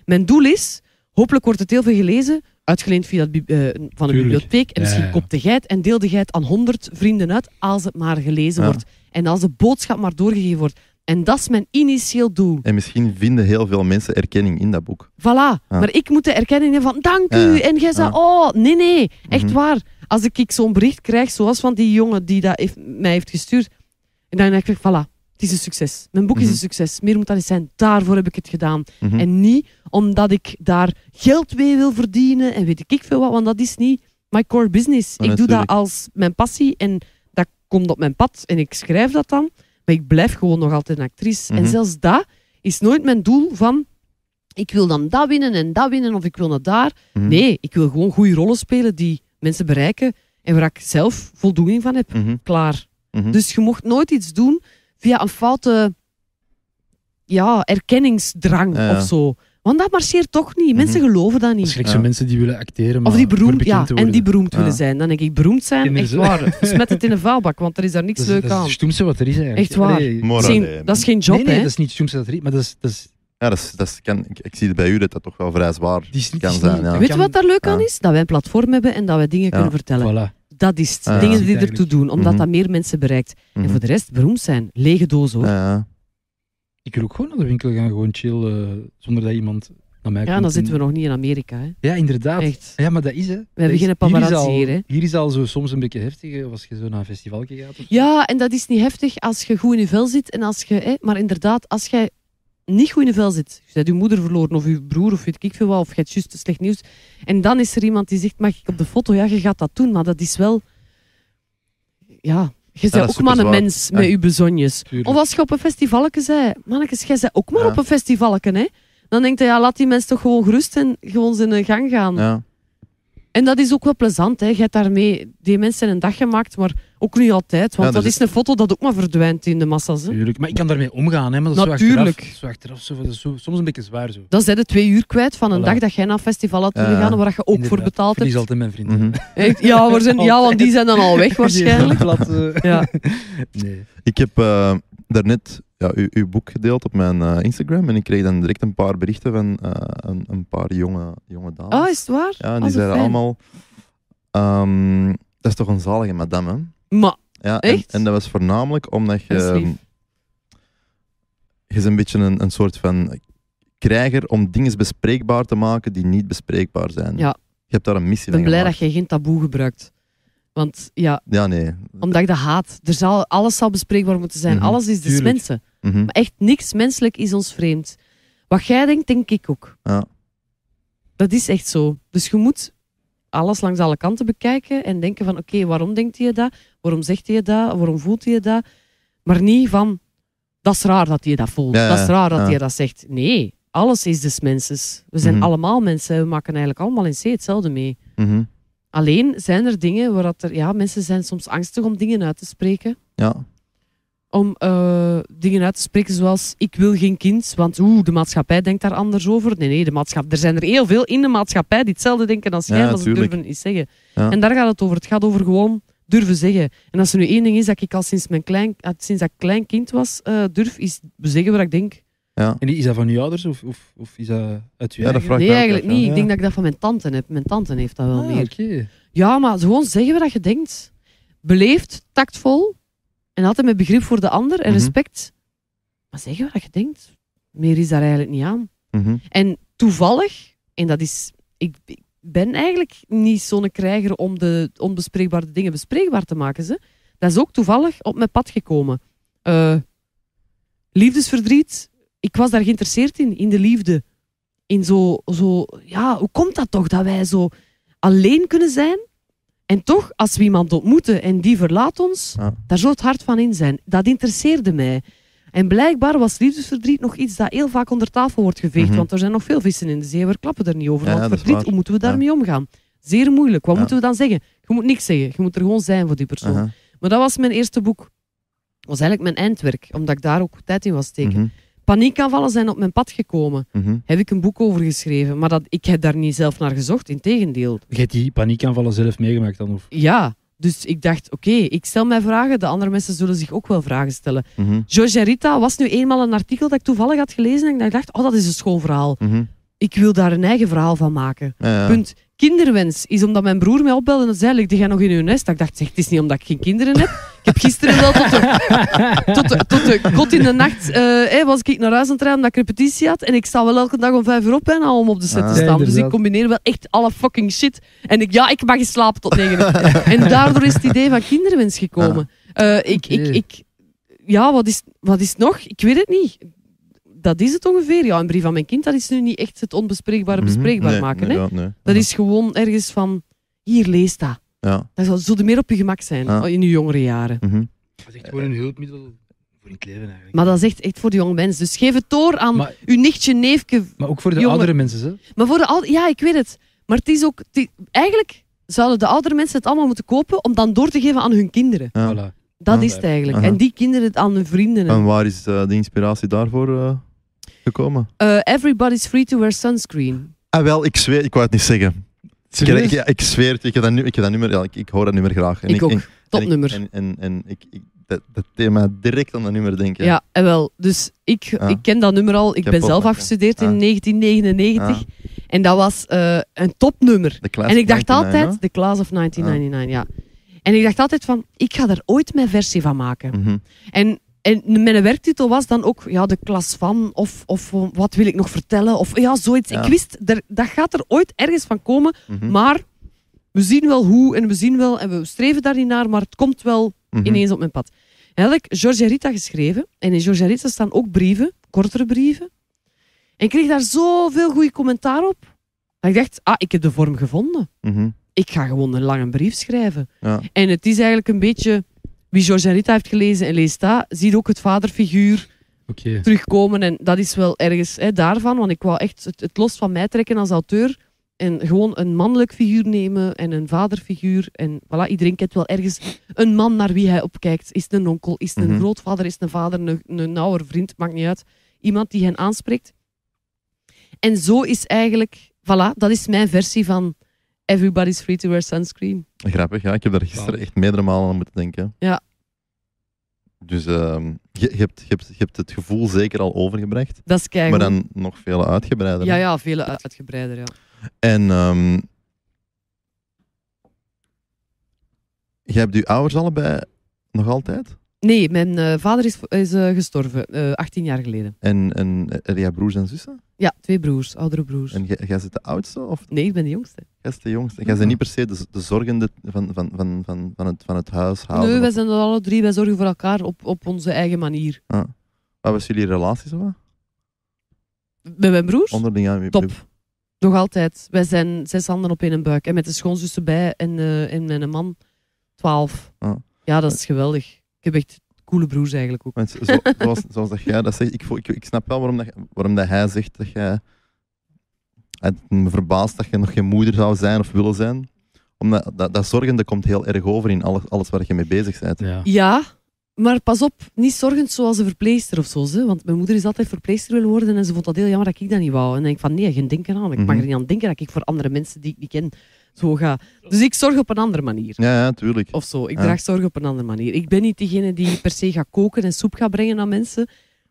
Mijn doel is, hopelijk wordt het heel veel gelezen, uitgeleend via van de Tuurlijk. bibliotheek, en misschien kopte jij het en deelde jij het aan 100 vrienden uit, als het maar gelezen wordt. En als de boodschap maar doorgegeven wordt. En dat is mijn initieel doel. En misschien vinden heel veel mensen erkenning in dat boek. Voilà. Maar ik moet de erkenning hebben van, dank u. En jij zei, oh, nee. Echt waar. Als ik zo'n bericht krijg, zoals van die jongen die dat mij heeft gestuurd, en dan denk ik, voilà, het is een succes. Mijn boek is een succes. Meer moet dat niet zijn. Daarvoor heb ik het gedaan. En niet omdat ik daar geld mee wil verdienen en weet ik veel wat, want dat is niet my core business. Ik doe dat als mijn passie en dat komt op mijn pad en ik schrijf dat dan. Maar ik blijf gewoon nog altijd een actrice. En zelfs dat is nooit mijn doel van ik wil dan dat winnen en dat winnen of ik wil naar daar. Nee, ik wil gewoon goede rollen spelen die mensen bereiken en waar ik zelf voldoening van heb. Klaar. Dus je mocht nooit iets doen via een foute erkenningsdrang of zo. Want dat marcheert toch niet. Mensen geloven dat niet. Dat is gelijk zo mensen die willen acteren, maar of die beroemd, bekend te worden. en die beroemd willen zijn. Dan denk ik, beroemd zijn, echt waar. Smet het in een vuilbak, want er is daar niks leuk aan. Dat is het stoemste wat er is eigenlijk. Echt waar. Dat is geen job, nee, hè? dat is niet het stoemste wat er is, maar dat is... Ja, ik zie het bij u dat toch wel vrij zwaar kan zijn. Ja. Weet je wat daar leuk aan is? Dat wij een platform hebben en dat wij dingen kunnen vertellen. Voilà. Dat is het. Dingen die ertoe doen, omdat dat meer mensen bereikt. En voor de rest, beroemd zijn. Lege doos, hoor. Ik wil ook gewoon naar de winkel gaan, gewoon chill, zonder dat iemand naar mij komt. Ja, dan zitten we nog niet in Amerika, hè? Ja, inderdaad. Echt. Ja, maar dat is, hè. We hebben geen paparazzi hier, hè. Hier is al zo soms een beetje heftig, of als je zo naar een festivalje gaat. Of ja, en dat is niet heftig als je goed in je vel zit. En als je, maar inderdaad, als jij niet goed in je vel zit, je bent je moeder verloren, of je broer, of weet ik veel wat, of je hebt juist slecht nieuws, en dan is er iemand die zegt, mag ik op de foto? Ja, je gaat dat doen, maar dat is wel... Ja... Je bent ook maar een mens met je bezonjes. Tuurlijk. Of als je op een festivalke zei, mannetjes, jij bent ook maar op een festivalke, hè? Dan denk je, ja, laat die mensen toch gewoon gerust en gewoon zijn gang gaan. Ja. En dat is ook wel plezant, hè? Je hebt daarmee die mensen een dag gemaakt, maar ook niet altijd. Want dat is een foto dat ook maar verdwijnt in de massa's. Hè? Tuurlijk, maar ik kan daarmee omgaan, hè? Maar dat natuurlijk. Zo achteraf, dat is soms een beetje zwaar zo. Dan zijn de 2 uur kwijt van een dag dat jij naar een festival had willen gaan, waar je ook inderdaad voor betaald hebt. Die is altijd mijn vrienden. Ja, want die zijn dan al weg waarschijnlijk. Nee. Ik heb daarnet uw boek gedeeld op mijn Instagram en ik kreeg dan direct een paar berichten van een paar jonge dames. Oh, is het waar? Ja, en die zeiden allemaal, dat is toch een zalige madame, hè? Maar, ja, echt? En dat was voornamelijk omdat je is een beetje een soort van krijger om dingen bespreekbaar te maken die niet bespreekbaar zijn. Ja. Je hebt daar een missie van Ik ben blij gemaakt. dat je geen taboe gebruikt. Want nee. Omdat ik dat haat. Alles zal bespreekbaar moeten zijn. Alles is des mensen. Maar echt niks menselijk is ons vreemd. Wat jij denkt, denk ik ook. Ja. Dat is echt zo. Dus je moet alles langs alle kanten bekijken en denken van oké, waarom denkt hij dat? Waarom zegt hij dat? Waarom voelt hij dat? Maar niet van, dat is raar dat hij dat voelt. Ja, dat is raar dat hij dat zegt. Nee, alles is des mensen. We zijn allemaal mensen. We maken eigenlijk allemaal in C hetzelfde mee. Alleen zijn er dingen waar mensen zijn soms angstig om dingen uit te spreken. Ja. Om dingen uit te spreken zoals ik wil geen kind, want de maatschappij denkt daar anders over. Nee, er zijn er heel veel in de maatschappij die hetzelfde denken als jij, maar ze durven niet zeggen. Ja. En daar gaat het over. Het gaat over gewoon durven zeggen. En als er nu één ding is dat ik al sinds ik klein kind was, durf, is zeggen wat ik denk. Ja. En is dat van uw ouders of is dat uit uw eigen? Nee, eigenlijk niet. Ik denk dat ik dat van mijn tante heb. Mijn tante heeft dat wel meer. Okay. Ja, maar gewoon zeggen wat je denkt. Beleefd, tactvol. En altijd met begrip voor de ander en respect. Maar zeggen wat je denkt. Meer is daar eigenlijk niet aan. En toevallig, en dat is... Ik ben eigenlijk niet zo'n krijger om de onbespreekbare dingen bespreekbaar te maken. Ze. Dat is ook toevallig op mijn pad gekomen. Liefdesverdriet. Ik was daar geïnteresseerd in de liefde. In hoe komt dat toch dat wij zo alleen kunnen zijn? En toch, als we iemand ontmoeten en die verlaat ons, daar zou het hart van in zijn. Dat interesseerde mij. En blijkbaar was liefdesverdriet nog iets dat heel vaak onder tafel wordt geveegd. Want er zijn nog veel vissen in de zee, we klappen er niet over. Want verdriet, hoe moeten we daarmee omgaan? Zeer moeilijk. Wat moeten we dan zeggen? Je moet niks zeggen. Je moet er gewoon zijn voor die persoon. Maar dat was mijn eerste boek. Dat was eigenlijk mijn eindwerk, omdat ik daar ook tijd in was steken. Paniekaanvallen zijn op mijn pad gekomen. Heb ik een boek over geschreven. Maar ik heb daar niet zelf naar gezocht, integendeel. Je hebt die paniekaanvallen zelf meegemaakt dan? Of? Ja, dus ik dacht, oké, ik stel mij vragen, de andere mensen zullen zich ook wel vragen stellen. George en Rita was nu eenmaal een artikel dat ik toevallig had gelezen en ik dacht, dat is een schoolverhaal. ik wil daar een eigen verhaal van maken. Ja. Punt. Kinderwens is omdat mijn broer mij opbelde en zei, lig jij nog in uw nest? Dat ik dacht, zeg, het is niet omdat ik geen kinderen heb. Ik heb gisteren wel tot de kot in de nacht was ik naar huis aan het rijden omdat ik repetitie had. En ik sta wel elke dag om 5 uur op bijna om op de set te staan. Ja, dus ik combineer wel echt alle fucking shit. En ik mag eens slapen tot 9 uur. En daardoor is het idee van kinderwens gekomen. Wat is nog? Ik weet het niet. Dat is het ongeveer. Ja, een brief aan mijn kind, dat is nu niet echt het onbespreekbare bespreekbaar maken. Nee, hè? ja, nee. Dat is gewoon ergens van, hier, lees dat. Ja. Dat zou meer op je gemak zijn in je jongere jaren. Mhm. Dat is echt gewoon een hulpmiddel voor in het leven eigenlijk. Maar dat is echt voor de jonge mensen. Dus geef het door aan Maar- uw nichtje, neefje. Maar ook voor de jongen. oudere mensen, hè? Maar voor ja, ik weet het. Maar het is ook... eigenlijk zouden de oudere mensen het allemaal moeten kopen om dan door te geven aan hun kinderen. Ja. Voilà. Dat Ja. is het eigenlijk. Aha. En die kinderen het aan hun vrienden. En waar is de inspiratie daarvoor gekomen? Everybody's free to wear sunscreen. Ah, wel, ik zweer, ik wou het niet zeggen. Serieus? Ik zweer het, ik heb dat nummer, ik hoor dat nummer graag. En Ik ook. En Topnummer. dat thema direct aan dat nummer denken. Ja, en wel. Dus ik ken dat nummer al. Ik heb ben ook zelf wat, afgestudeerd ja. in 1999. En dat was een topnummer. De Class En ik dacht 99, altijd, de Class of 1999, ja. En ik dacht altijd van, ik ga er ooit mijn versie van maken. Mhm. En mijn werktitel was dan ook de klas van, of wat wil ik nog vertellen, of ja, zoiets. Ja. Ik wist, dat gaat er ooit ergens van komen, Mhm. maar we zien wel hoe en we zien wel, en we streven daar niet naar, maar het komt wel Mhm. ineens op mijn pad. En had ik Georgia Rita geschreven, en in Georgia Rita staan ook brieven, kortere brieven. En ik kreeg daar zoveel goede commentaar op, dat ik dacht, ik heb de vorm gevonden. Mhm. Ik ga gewoon een lange brief schrijven. Ja. En het is eigenlijk een beetje... Wie Georgia Rita heeft gelezen en leest dat, ziet ook het vaderfiguur Oké. terugkomen. En dat is wel ergens daarvan. Want ik wou echt het los van mij trekken als auteur. En gewoon een mannelijk figuur nemen en een vaderfiguur. En voilà, iedereen kent wel ergens een man naar wie hij opkijkt. Is het een onkel, is het een Mhm. grootvader, is het een vader, een ouder vriend, maakt niet uit. Iemand die hen aanspreekt. En zo is eigenlijk... Voilà, dat is mijn versie van Everybody's free to wear sunscreen. Grappig, ja. Ik heb daar gisteren echt meerdere malen aan moeten denken. Ja. Dus je hebt het gevoel zeker al overgebracht, Dat is keigoed. maar dan nog veel uitgebreider. hè? Ja, veel uitgebreider, ja. En je hebt je ouders allebei nog altijd? Nee, mijn vader is gestorven, 18 jaar geleden. En heb jij broers en zussen? Ja, 2 broers, oudere broers. En jij zit de oudste of Nee, ik ben de jongste. jij is de jongste? Jij bent niet per se de zorgende van het huishouden? Nee, wij of- zijn er alle 3, wij zorgen voor elkaar op onze eigen manier. Wat was jullie relatie zo? Met mijn broers? Onderling aan Top. Nog altijd. Wij zijn 6 handen op één buik. En met de schoonzussen bij en mijn man 12. Ah. Ja, dat is geweldig. Ik heb echt coole broers eigenlijk ook. Want zoals dat jij dat zegt, ik snap wel waarom dat hij zegt dat jij... Het me verbaast dat je nog geen moeder zou zijn of willen zijn. Omdat dat zorgende komt heel erg over in alles waar je mee bezig bent. Ja. Ja, maar pas op, niet zorgend zoals een verpleegster of zo. Hè? Want mijn moeder is altijd verpleegster willen worden en ze vond dat heel jammer dat ik dat niet wou. En dan denk ik van nee, geen denken aan. Ik mag er niet aan denken dat ik voor andere mensen die ik niet ken zo ga. Dus ik zorg op een andere manier. Ja, tuurlijk. Of zo. Ik Ja. draag zorg op een andere manier. Ik ben niet degene die per se gaat koken en soep gaat brengen aan mensen.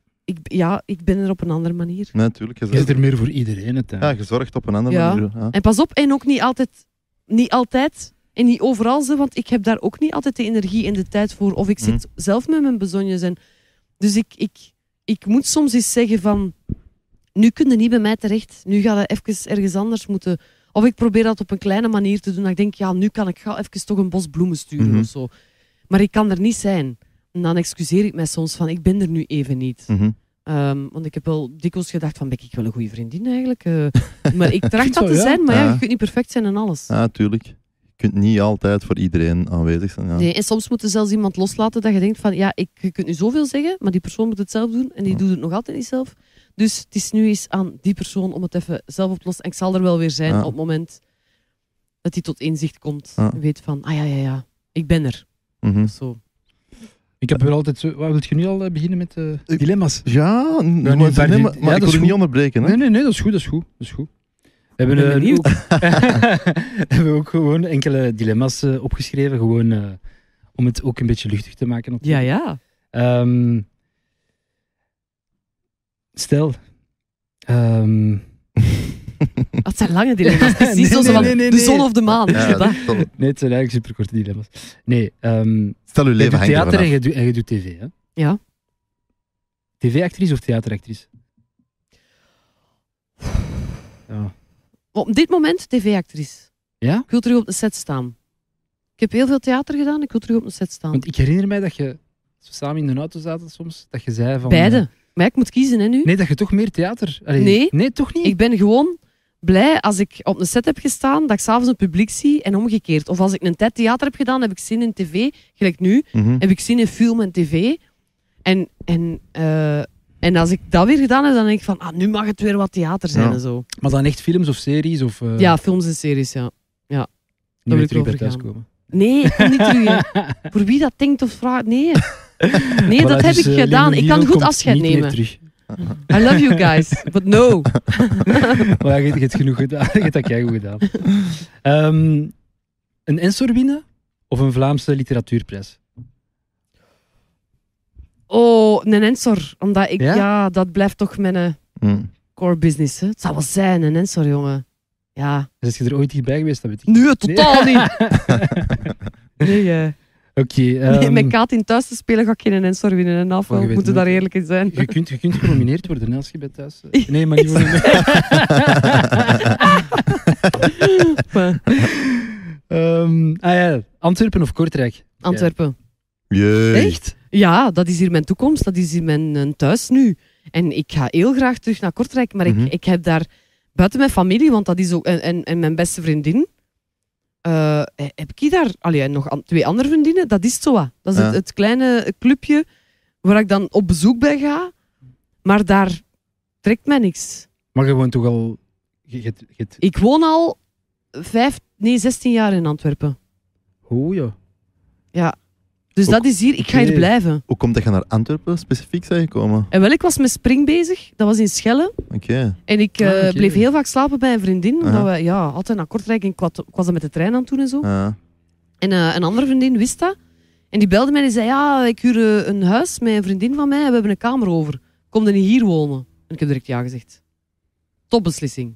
Ik ben er op een andere manier. Ja, tuurlijk. Je zit er meer voor iedereen uiteindelijk. Je zorgt op een andere Ja. manier. Ja. En pas op, en ook niet altijd en niet overal zo, want ik heb daar ook niet altijd de energie en de tijd voor. Of ik zit zelf met mijn bezonjes. Dus ik moet soms eens zeggen van, nu kun je niet bij mij terecht. Nu ga je even ergens anders moeten. Of ik probeer dat op een kleine manier te doen. Dat ik denk, ja, nu kan ik even toch een bos bloemen sturen Mhm. of zo. Maar ik kan er niet zijn. En dan excuseer ik mij soms van, ik ben er nu even niet. Mhm. Want ik heb wel dikwijls gedacht van, ben ik wel een goede vriendin eigenlijk? Maar ik tracht vind dat wel, te ja. zijn, maar ja, Ja. je kunt niet perfect zijn en alles. Ja, tuurlijk. Je kunt niet altijd voor iedereen aanwezig zijn. Ja. Nee, en soms moet je zelfs iemand loslaten dat je denkt van, ja, je kunt nu zoveel zeggen, maar die persoon moet het zelf doen en die Ja. doet het nog altijd niet zelf. Dus het is nu eens aan die persoon om het even zelf op te lossen. En ik zal er wel weer zijn Ja. op het moment dat hij tot inzicht komt. Ja. En weet van, ja, ik ben er. Mhm. Of zo. Ik heb wel altijd zo... Wat, wil je nu al beginnen met dilemma's? Ja, nu maar, een paar maar dingen- ik ja, dat wil is je niet goed. onderbreken. Hè? Nee, dat is goed. We hebben, ben benieuwd. hebben ook gewoon enkele dilemma's opgeschreven, gewoon om het ook een beetje luchtig te maken. natuurlijk. Ja. Stel, Dat zijn lange dilemma's. Precies Nee, zoals nee, van nee, de nee. zon of de maan. Ja, Dat. Nee, het zijn eigenlijk superkorte dilemma's. Nee, Stel uw je leven doet hangt ervan theater af. en je doet tv, hè? Ja. TV-actrice of theateractrice? Ja. Op dit moment tv-actrice. Ja? Ik wil terug op de set staan. Ik heb heel veel theater gedaan, ik wil terug op de set staan. Want ik herinner mij dat je, als we samen in de auto zaten soms, dat je zei van... Beide. Maar ik moet kiezen, hè, nu. nee, dat je toch meer theater... Allee, Nee. Nee, toch niet? Ik ben gewoon blij als ik op een set heb gestaan, dat ik s'avonds het publiek zie en omgekeerd. Of als ik een tijd theater heb gedaan, heb ik zin in tv, gelijk nu, Mhm. heb ik zin in film en tv. En als ik dat weer gedaan heb, dan denk ik van, nu mag het weer wat theater zijn Ja. en zo. Maar dan echt films of series? Of, Ja, films en series, ja. niet wil meer ik terug bij overgaan. thuiskomen. Nee, ik kom niet terug. Hè. Voor wie dat denkt of vraagt, nee. Nee, Voilà, dat heb dus, ik gedaan. Lino Ik kan Dion goed komt afscheid niet meer nemen. terug. I love you guys, but no. Maar je hebt genoeg gedaan. Je hebt dat keigoed gedaan. Een Ensor winnen of een Vlaamse literatuurprijs? Oh, een Ensor. Omdat ik, Ja? ja, dat blijft toch mijn Mm. core business. Hè. Het zal wel zijn, een Ensor, jongen. Ja. Is je er ooit dichtbij geweest? Dat weet ik Nu, totaal niet. Nee, Oké. nee, met Kaat in thuis te spelen ga ik geen Ensor winnen. En af, Maar je we weet moeten nooit, daar hè. eerlijk in zijn. Je kunt genomineerd worden hè, als je bij thuis... Nee, maar niet voor ja, Antwerpen of Kortrijk? Antwerpen. Jee. Echt? Ja, dat is hier mijn toekomst. Dat is hier mijn thuis nu. En ik ga heel graag terug naar Kortrijk. Maar Mhm. ik heb daar, buiten mijn familie, want dat is ook... En mijn beste vriendin... heb ik daar... en nog 2 andere vriendinnen. Dat is het zo wat. Dat is Ja. het kleine clubje7waar ik dan op bezoek bij ga. Maar daar trekt mij niks. Maar je woont toch al... Ik woon al 16 jaar in Antwerpen. Oh ja. Dus Ook- dat is hier. Ik ga hier oké. blijven. Hoe komt dat je naar Antwerpen specifiek zijn gekomen? En wel, ik was met spring bezig. Dat was in Schelle. Oké. En ik oké. bleef heel vaak slapen bij een vriendin. Omdat Aha. we altijd naar Kortrijk. En ik was dan met de trein aan het doen en zo. Ah. En een andere vriendin wist dat. En die belde mij en die zei, ja, ik huur een huis met een vriendin van mij en we hebben een kamer over. Kom je niet hier wonen? En ik heb direct ja gezegd. Topbeslissing.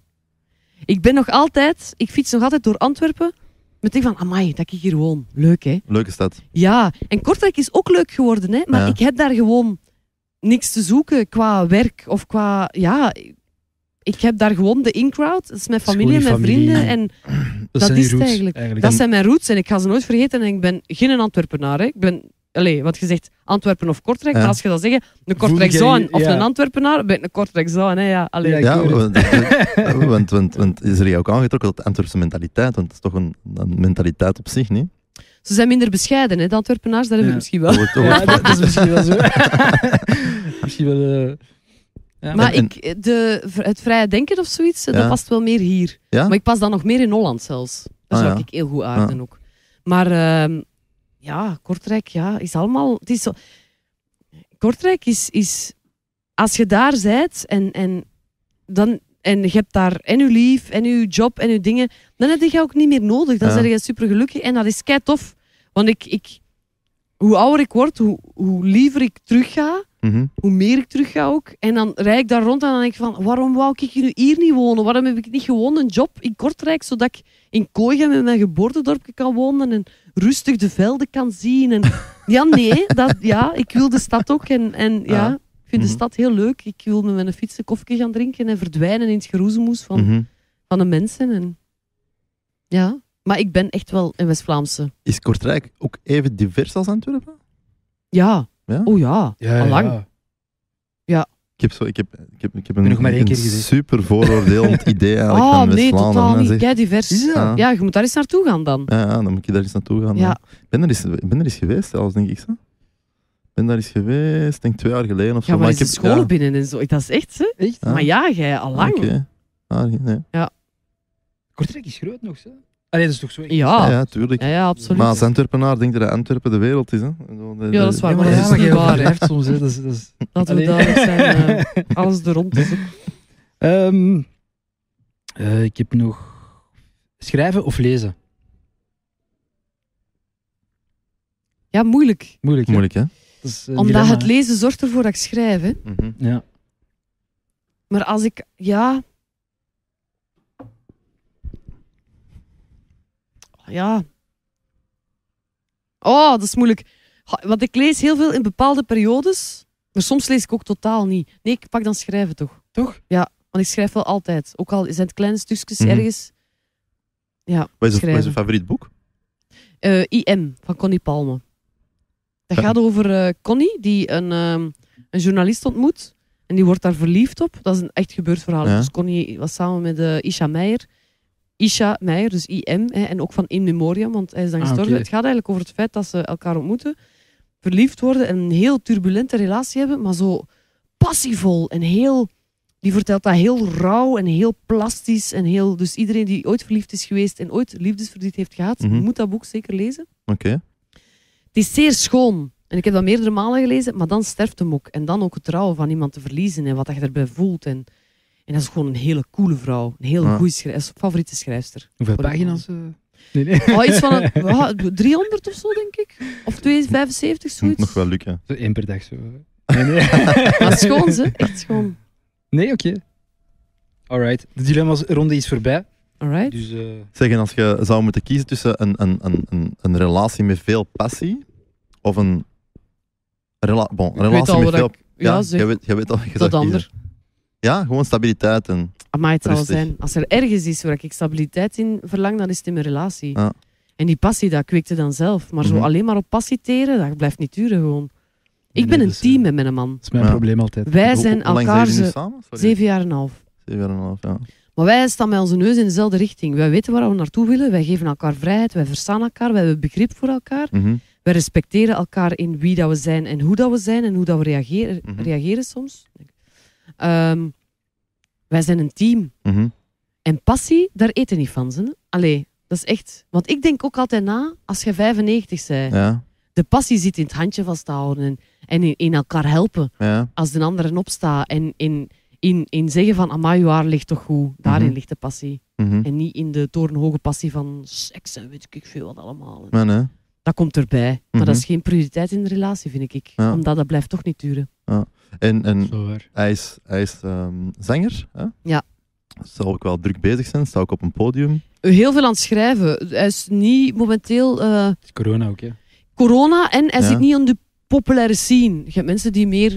Ik fiets nog altijd door Antwerpen met denk van, amai, dat ik hier woon. Leuk, hè? Leuke stad. Ja, en Kortrijk is ook leuk geworden, hè? Maar Ja. ik heb daar gewoon niks te zoeken qua werk of qua... Ja, ik heb daar gewoon de in-crowd. Dat is mijn is gewoon familie en die mijn familie. vrienden. En Dat zijn is die het roots, eigenlijk. Dat zijn mijn roots en ik ga ze nooit vergeten. En ik ben geen Antwerpenaar. Hè. Ik ben, wat je zegt, Antwerpen of Kortrijk. Ja. Maar als je dat zegt, een Voel Kortrijk jij- zoon of ja. een Antwerpenaar, ben ik een Kortrijk zoon. Hè. Ja, allee. Ja, ik Ja, hoor het. want is er jou ook aangetrokken tot de Antwerpse mentaliteit? Want het is toch een mentaliteit op zich, niet? Ze zijn minder bescheiden, hè. De Antwerpenaars, dat heb ik Ja. misschien wel. Dat wordt- Ja, dat is misschien wel zo. misschien wel... ja. Maar En- het vrije denken of zoiets, dat Ja. past wel meer hier. Ja? Maar ik pas dan nog meer in Holland zelfs. Daar Ah, zou ja. ik heel goed aarden ook. Maar Kortrijk, is allemaal... Het is zo... Kortrijk is... Als je daar bent en je hebt daar en je lief en je job en je dingen, dan heb je ook niet meer nodig. Dan Ja. ben je super gelukkig en dat is kei tof. Want hoe ouder ik word, hoe liever ik terug ga, Mhm. hoe meer ik terug ga ook. En dan rijd ik daar rond en dan denk ik van, waarom wou ik nu hier niet wonen? Waarom heb ik niet gewoon een job in Kortrijk, zodat ik in Kooigen met mijn geboortedorpje kan wonen en rustig de velden kan zien? En, ja, nee, ik wil de stad ook. En Ja. ik vind de Mhm. stad heel leuk. Ik wil met mijn fiets een koffie gaan drinken en verdwijnen in het geroezemoes Mhm. van de mensen. En, ja, maar ik ben echt wel een West-Vlaamse. Is Kortrijk ook even divers als Antwerpen? Ja. Ja? Oh ja, allang. Ik heb nog maar één een keer gezegd. super vooroordelend idee eigenlijk Oh van nee, West-Vlaanderen. totaal En niet. zeg- Kei divers. Is dat? Ah. Ja, je moet daar eens naartoe gaan dan. Ja, dan moet je daar eens naartoe gaan. Ja. Ik ben er eens geweest zelfs, denk ik. Zo. Ik ben daar eens geweest, denk 2 jaar geleden of Ja, zo. maar ik is de heb scholen binnen en zo. Dat is echt, hè? Echt? Ja. Maar ja, jij al lang. Oké. Ah, nee. Kortrijk is groot nog, hè? Allee, dat is toch zo... Ja. Ja, tuurlijk. Ja, absoluut. Maar als Antwerpenaar denk je dat Antwerpen de wereld is. Hè? Ja, dat is waar, Ja, maar maar dat is ja, niet maar waar, jij hè. overdrijft soms, hè. Dat is... Laten we Allee. duidelijk zijn. Alles er rond is. Ik heb nog... Schrijven of lezen? Ja, moeilijk. Moeilijk, hè? Moeilijk, hè? Dat is een Omdat dilemma, het hè. lezen zorgt ervoor dat ik schrijf. Hè. Mhm. Ja. Maar als ik... Ja... Ja. Oh, dat is moeilijk. Want ik lees heel veel in bepaalde periodes, maar soms lees ik ook totaal niet. Nee, ik pak dan schrijven toch. Toch? Ja, want ik schrijf wel altijd. Ook al zijn het kleine stukjes Mhm. ergens. Ja, Wat is schrijven. je favoriet boek? IM van Connie Palme. Dat Ja. gaat over Connie, die een journalist ontmoet. En die wordt daar verliefd op. Dat is een echt gebeurd verhaal. Ja. Dus Connie was samen met Isha Meijer. Isha Meijer, dus IM. En ook van In Memoriam, want hij is dan gestorven. oké. Het gaat eigenlijk over het feit dat ze elkaar ontmoeten. Verliefd worden en een heel turbulente relatie hebben. Maar zo passievol en heel... Die vertelt dat heel rauw en heel plastisch. En heel, dus iedereen die ooit verliefd is geweest en ooit liefdesverdriet heeft gehad, Mhm. moet dat boek zeker lezen. Oké. Het is zeer schoon. En ik heb dat meerdere malen gelezen, maar dan sterft hem ook. En dan ook het rouwen van iemand te verliezen en wat je erbij voelt. En dat is gewoon een hele coole vrouw. Een heel Ja. goede schrijfster. Favoriete schrijfster. Hoeveel Voor de pagina's? Nee. Oh, iets van 300 of zo, denk ik. Of 275, Moet zoiets. nog wel lukken. Zo 1 per dag zo. Nee. Maar schoon, ze. Echt schoon. Nee, oké. Alright. De dilemma's-ronde is voorbij. Alright. Dus Zeg, en als je zou moeten kiezen tussen een relatie met veel passie of een relatie al met wat veel... ik- ja, zeg. je weet al wat je Dat zou ander. kiezen. Ja, gewoon stabiliteit. En, Maar het zal Rustig. zijn. Als er ergens is waar ik stabiliteit in verlang, dan is het in mijn relatie. Ja. En die passie, dat kweekte dan zelf. Maar zo Mhm. alleen maar op passie teren, dat blijft niet duren gewoon. Nee, Ik ben dat een is, team met mijn man. dat is mijn Ja. probleem altijd. Wij zijn hoe lang elkaar zijn jullie nu ze samen? Sorry. 7 jaar en een half. 7,5 jaar. Maar wij staan met onze neus in dezelfde richting. Wij weten waar we naartoe willen. Wij geven elkaar vrijheid. Wij verstaan elkaar. Wij hebben begrip voor elkaar. Mhm. Wij respecteren elkaar in wie dat we zijn en hoe dat we zijn en hoe dat we Mhm. reageren soms. Wij zijn een team. Mhm. En passie, daar eten niet van. Ze. Allee, dat is echt... Want ik denk ook altijd na, als je 95 bent. Ja, De passie zit in het handje vasthouden en in elkaar helpen. ja. Als de ander erop staat. En in zeggen van, amai, je haar ligt toch goed. Daarin Mhm. ligt de passie. Mhm. En niet in de torenhoge passie van seks en weet ik veel wat allemaal. Maar nee. Dat komt erbij. Maar Mhm. dat is geen prioriteit in de relatie, vind ik. Ja. Omdat dat blijft toch niet duren. En Zo waar. hij is zanger. Hè? Ja. Zal ook wel druk bezig zijn. Sta ook op een podium. Heel veel aan het schrijven. Hij is niet momenteel Het is corona ook, hè. corona en hij Ja. zit niet aan de populaire scene. Je hebt mensen die meer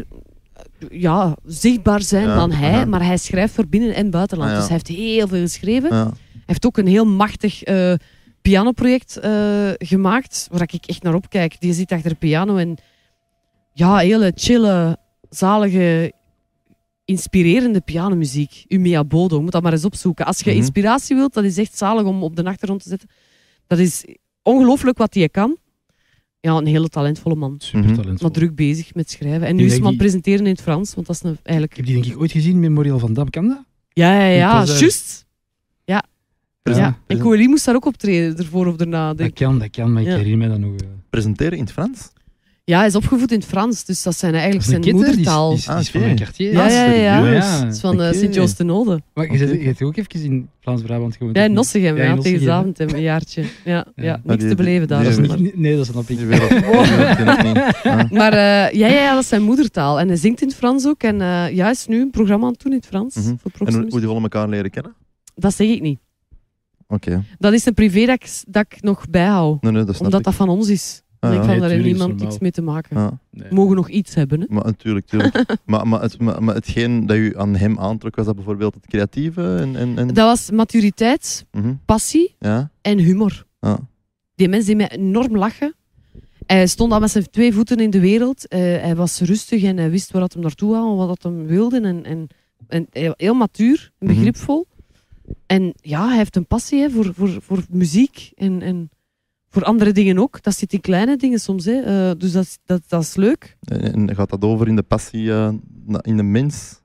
zichtbaar zijn Ja, dan hij, aha. maar hij schrijft voor binnen- en buitenland. Ah, ja. Dus hij heeft heel veel geschreven. Ja. Hij heeft ook een heel machtig pianoproject gemaakt, waar ik echt naar opkijk. Die zit achter de piano en ja, hele chille, zalige, inspirerende pianomuziek. Umea Bodo, moet dat maar eens opzoeken. Als je Mhm. inspiratie wilt, dat is echt zalig om op de achtergrond te zetten. Dat is ongelooflijk wat hij kan. Ja, een hele talentvolle man. Super Mhm. talentvol. Maar druk bezig met schrijven. En Ik nu is denk hij aan het die- presenteren in het Frans, want dat is eigenlijk... Ik heb die denk ik ooit gezien, Memorial van Dam. Kan dat? Ja, was, juist. Present- Ja. En Coeli moest daar ook optreden, ervoor of daarna. Dat Denk. kan, maar ik Ja. herinner mij dat nog. Presenteren in het Frans? Ja, hij is opgevoed in het Frans, dus dat zijn Dat eigenlijk is een zijn kitter, moedertaal. die is Ah, van oké. een quartier. Ja, ja, ja. serieus? Dat is van Oké. Sint-Joost de Node. Maar je hebt ook even in Vlaams-Brabant gewoond. Ja, in of niet? Nossegem, Ja, in ja, tegen Nossegem, hè. Zaventem, een jaartje. Ja, Ja. ja, Maar niks die- te beleven daar. die- Dat is maar niet- nee, dat snap ik. Die wereld ken ik niet. Ja. maar ja, dat is zijn moedertaal. En hij zingt in het Frans ook. En ja, hij is nu een programma aan het doen in het Frans. Mhm. Voor En Proximus. hoe die willen elkaar leren kennen? Dat zeg ik niet. Oké. Dat is een privé dat ik nog bijhoud. Nee, dat snap Omdat ik. dat van ons is. Ah, En ik ja. van Nee, daar heeft tuurlijk, is niemand normaal. niks mee te maken. Ja. Nee. We mogen nog iets hebben. Hè? Maar natuurlijk, tuurlijk. maar hetgeen dat u aan hem aantrok, was dat bijvoorbeeld het creatieve? En... Dat was maturiteit, Mhm. passie Ja? en humor. Ja. Die mensen die mij enorm lachen. Hij stond al met zijn 2 voeten in de wereld. Hij was rustig en hij wist waar dat hem naartoe wou en wat dat hem wilde. En heel matuur en Mhm. begripvol. En ja, hij heeft een passie hè, voor muziek en voor andere dingen ook. Dat zit in kleine dingen soms. Hè. Dus dat is leuk. En gaat dat over in de passie in de mens?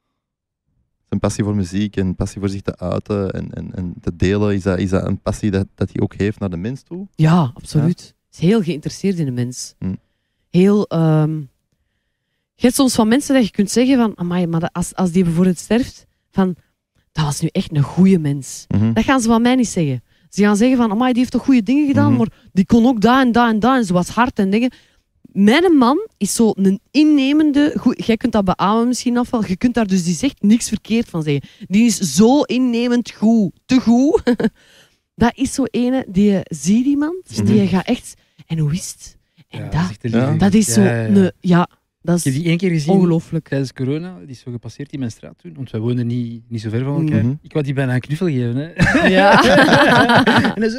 Zijn passie voor muziek en passie voor zich te uiten en te delen, is dat een passie dat hij ook heeft naar de mens toe? Ja, absoluut. Hij is heel geïnteresseerd in de mens. Hm. Heel... je hebt soms van mensen dat je kunt zeggen van... Amai, maar als die bijvoorbeeld sterft, van... Dat was nu echt een goede mens. Mhm. Dat gaan ze van mij niet zeggen. Ze gaan zeggen van... Amai, die heeft toch goede dingen gedaan, Mhm. maar die kon ook dat en dat en dat. En ze was hard en dingen. Mijn man is zo een innemende... Jij kunt dat beamen misschien afval. Je kunt daar dus die zegt niks verkeerd van zeggen. Die is zo innemend goed. Te goed. Dat is zo ene, die je ziet iemand, die je gaat echt... En hoe is het? En Ja, dat, is echt een liefde. dat is zo... dat Ik heb is die één keer gezien ongelooflijk. tijdens corona. Die is zo gepasseerd in mijn straat toen, want wij woonden niet zo ver van elkaar. Mhm. Ik wou die bijna een knuffel geven. Hè. Ja. En hij zo...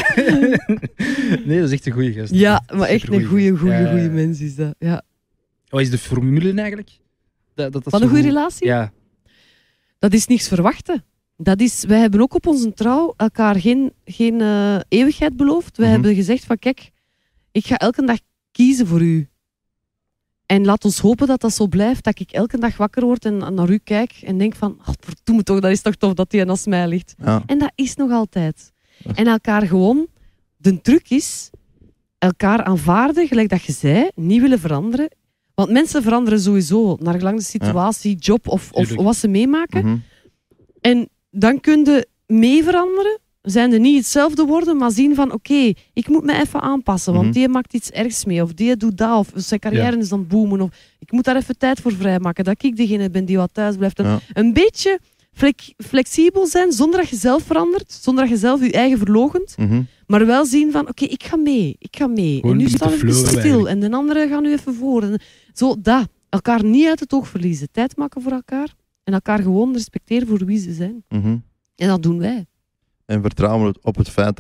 Nee, dat is echt een goeie gast. Ja, maar echt een Supergoeie goede gast. mens is dat. Ja. Wat is de formule eigenlijk? Dat Van een zo goede goed- relatie? Ja. Dat is niks verwachten. Wij hebben ook op onze trouw elkaar geen eeuwigheid beloofd. Wij Mhm. hebben gezegd van kijk, ik ga elke dag kiezen voor u. En laat ons hopen dat dat zo blijft, dat ik elke dag wakker word en naar u kijk en denk van, verdomme toch, dat is toch tof dat die naast mij ligt. Ja. En dat is nog altijd. En elkaar gewoon, de truc is, elkaar aanvaarden, gelijk dat je zei, niet willen veranderen. Want mensen veranderen sowieso, naar gelang de situatie, job of Tuurlijk. wat ze meemaken. Mhm. En dan kun je mee veranderen. Zijn er niet hetzelfde worden, maar zien van oké, ik moet me even aanpassen, want Mhm. die maakt iets ergs mee, of die doet dat, of zijn carrière is aan het boomen, of ik moet daar even tijd voor vrijmaken, dat ik degene ben die wat thuis blijft. Ja. Een beetje flexibel zijn, zonder dat je zelf verandert, zonder dat je zelf je eigen verloochent, Mhm. maar wel zien van oké, ik ga mee. Gewoon En nu met de staan we flow even stil, eigenlijk. en de andere gaan nu even voor. En zo, dat. Elkaar niet uit het oog verliezen, tijd maken voor elkaar, en elkaar gewoon respecteren voor wie ze zijn. Mhm. En dat doen wij. En vertrouwen op het feit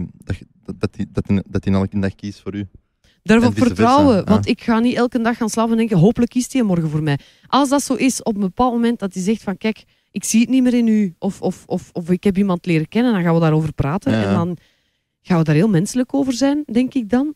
dat hij elke dag kiest voor u. Daarvoor En vice versa, vertrouwen, ja. want ik ga niet elke dag gaan slapen en denken, hopelijk kiest hij morgen voor mij. Als dat zo is, op een bepaald moment dat hij zegt van, kijk, ik zie het niet meer in u, of ik heb iemand leren kennen, dan gaan we daarover praten. Ja. En dan gaan we daar heel menselijk over zijn, denk ik dan.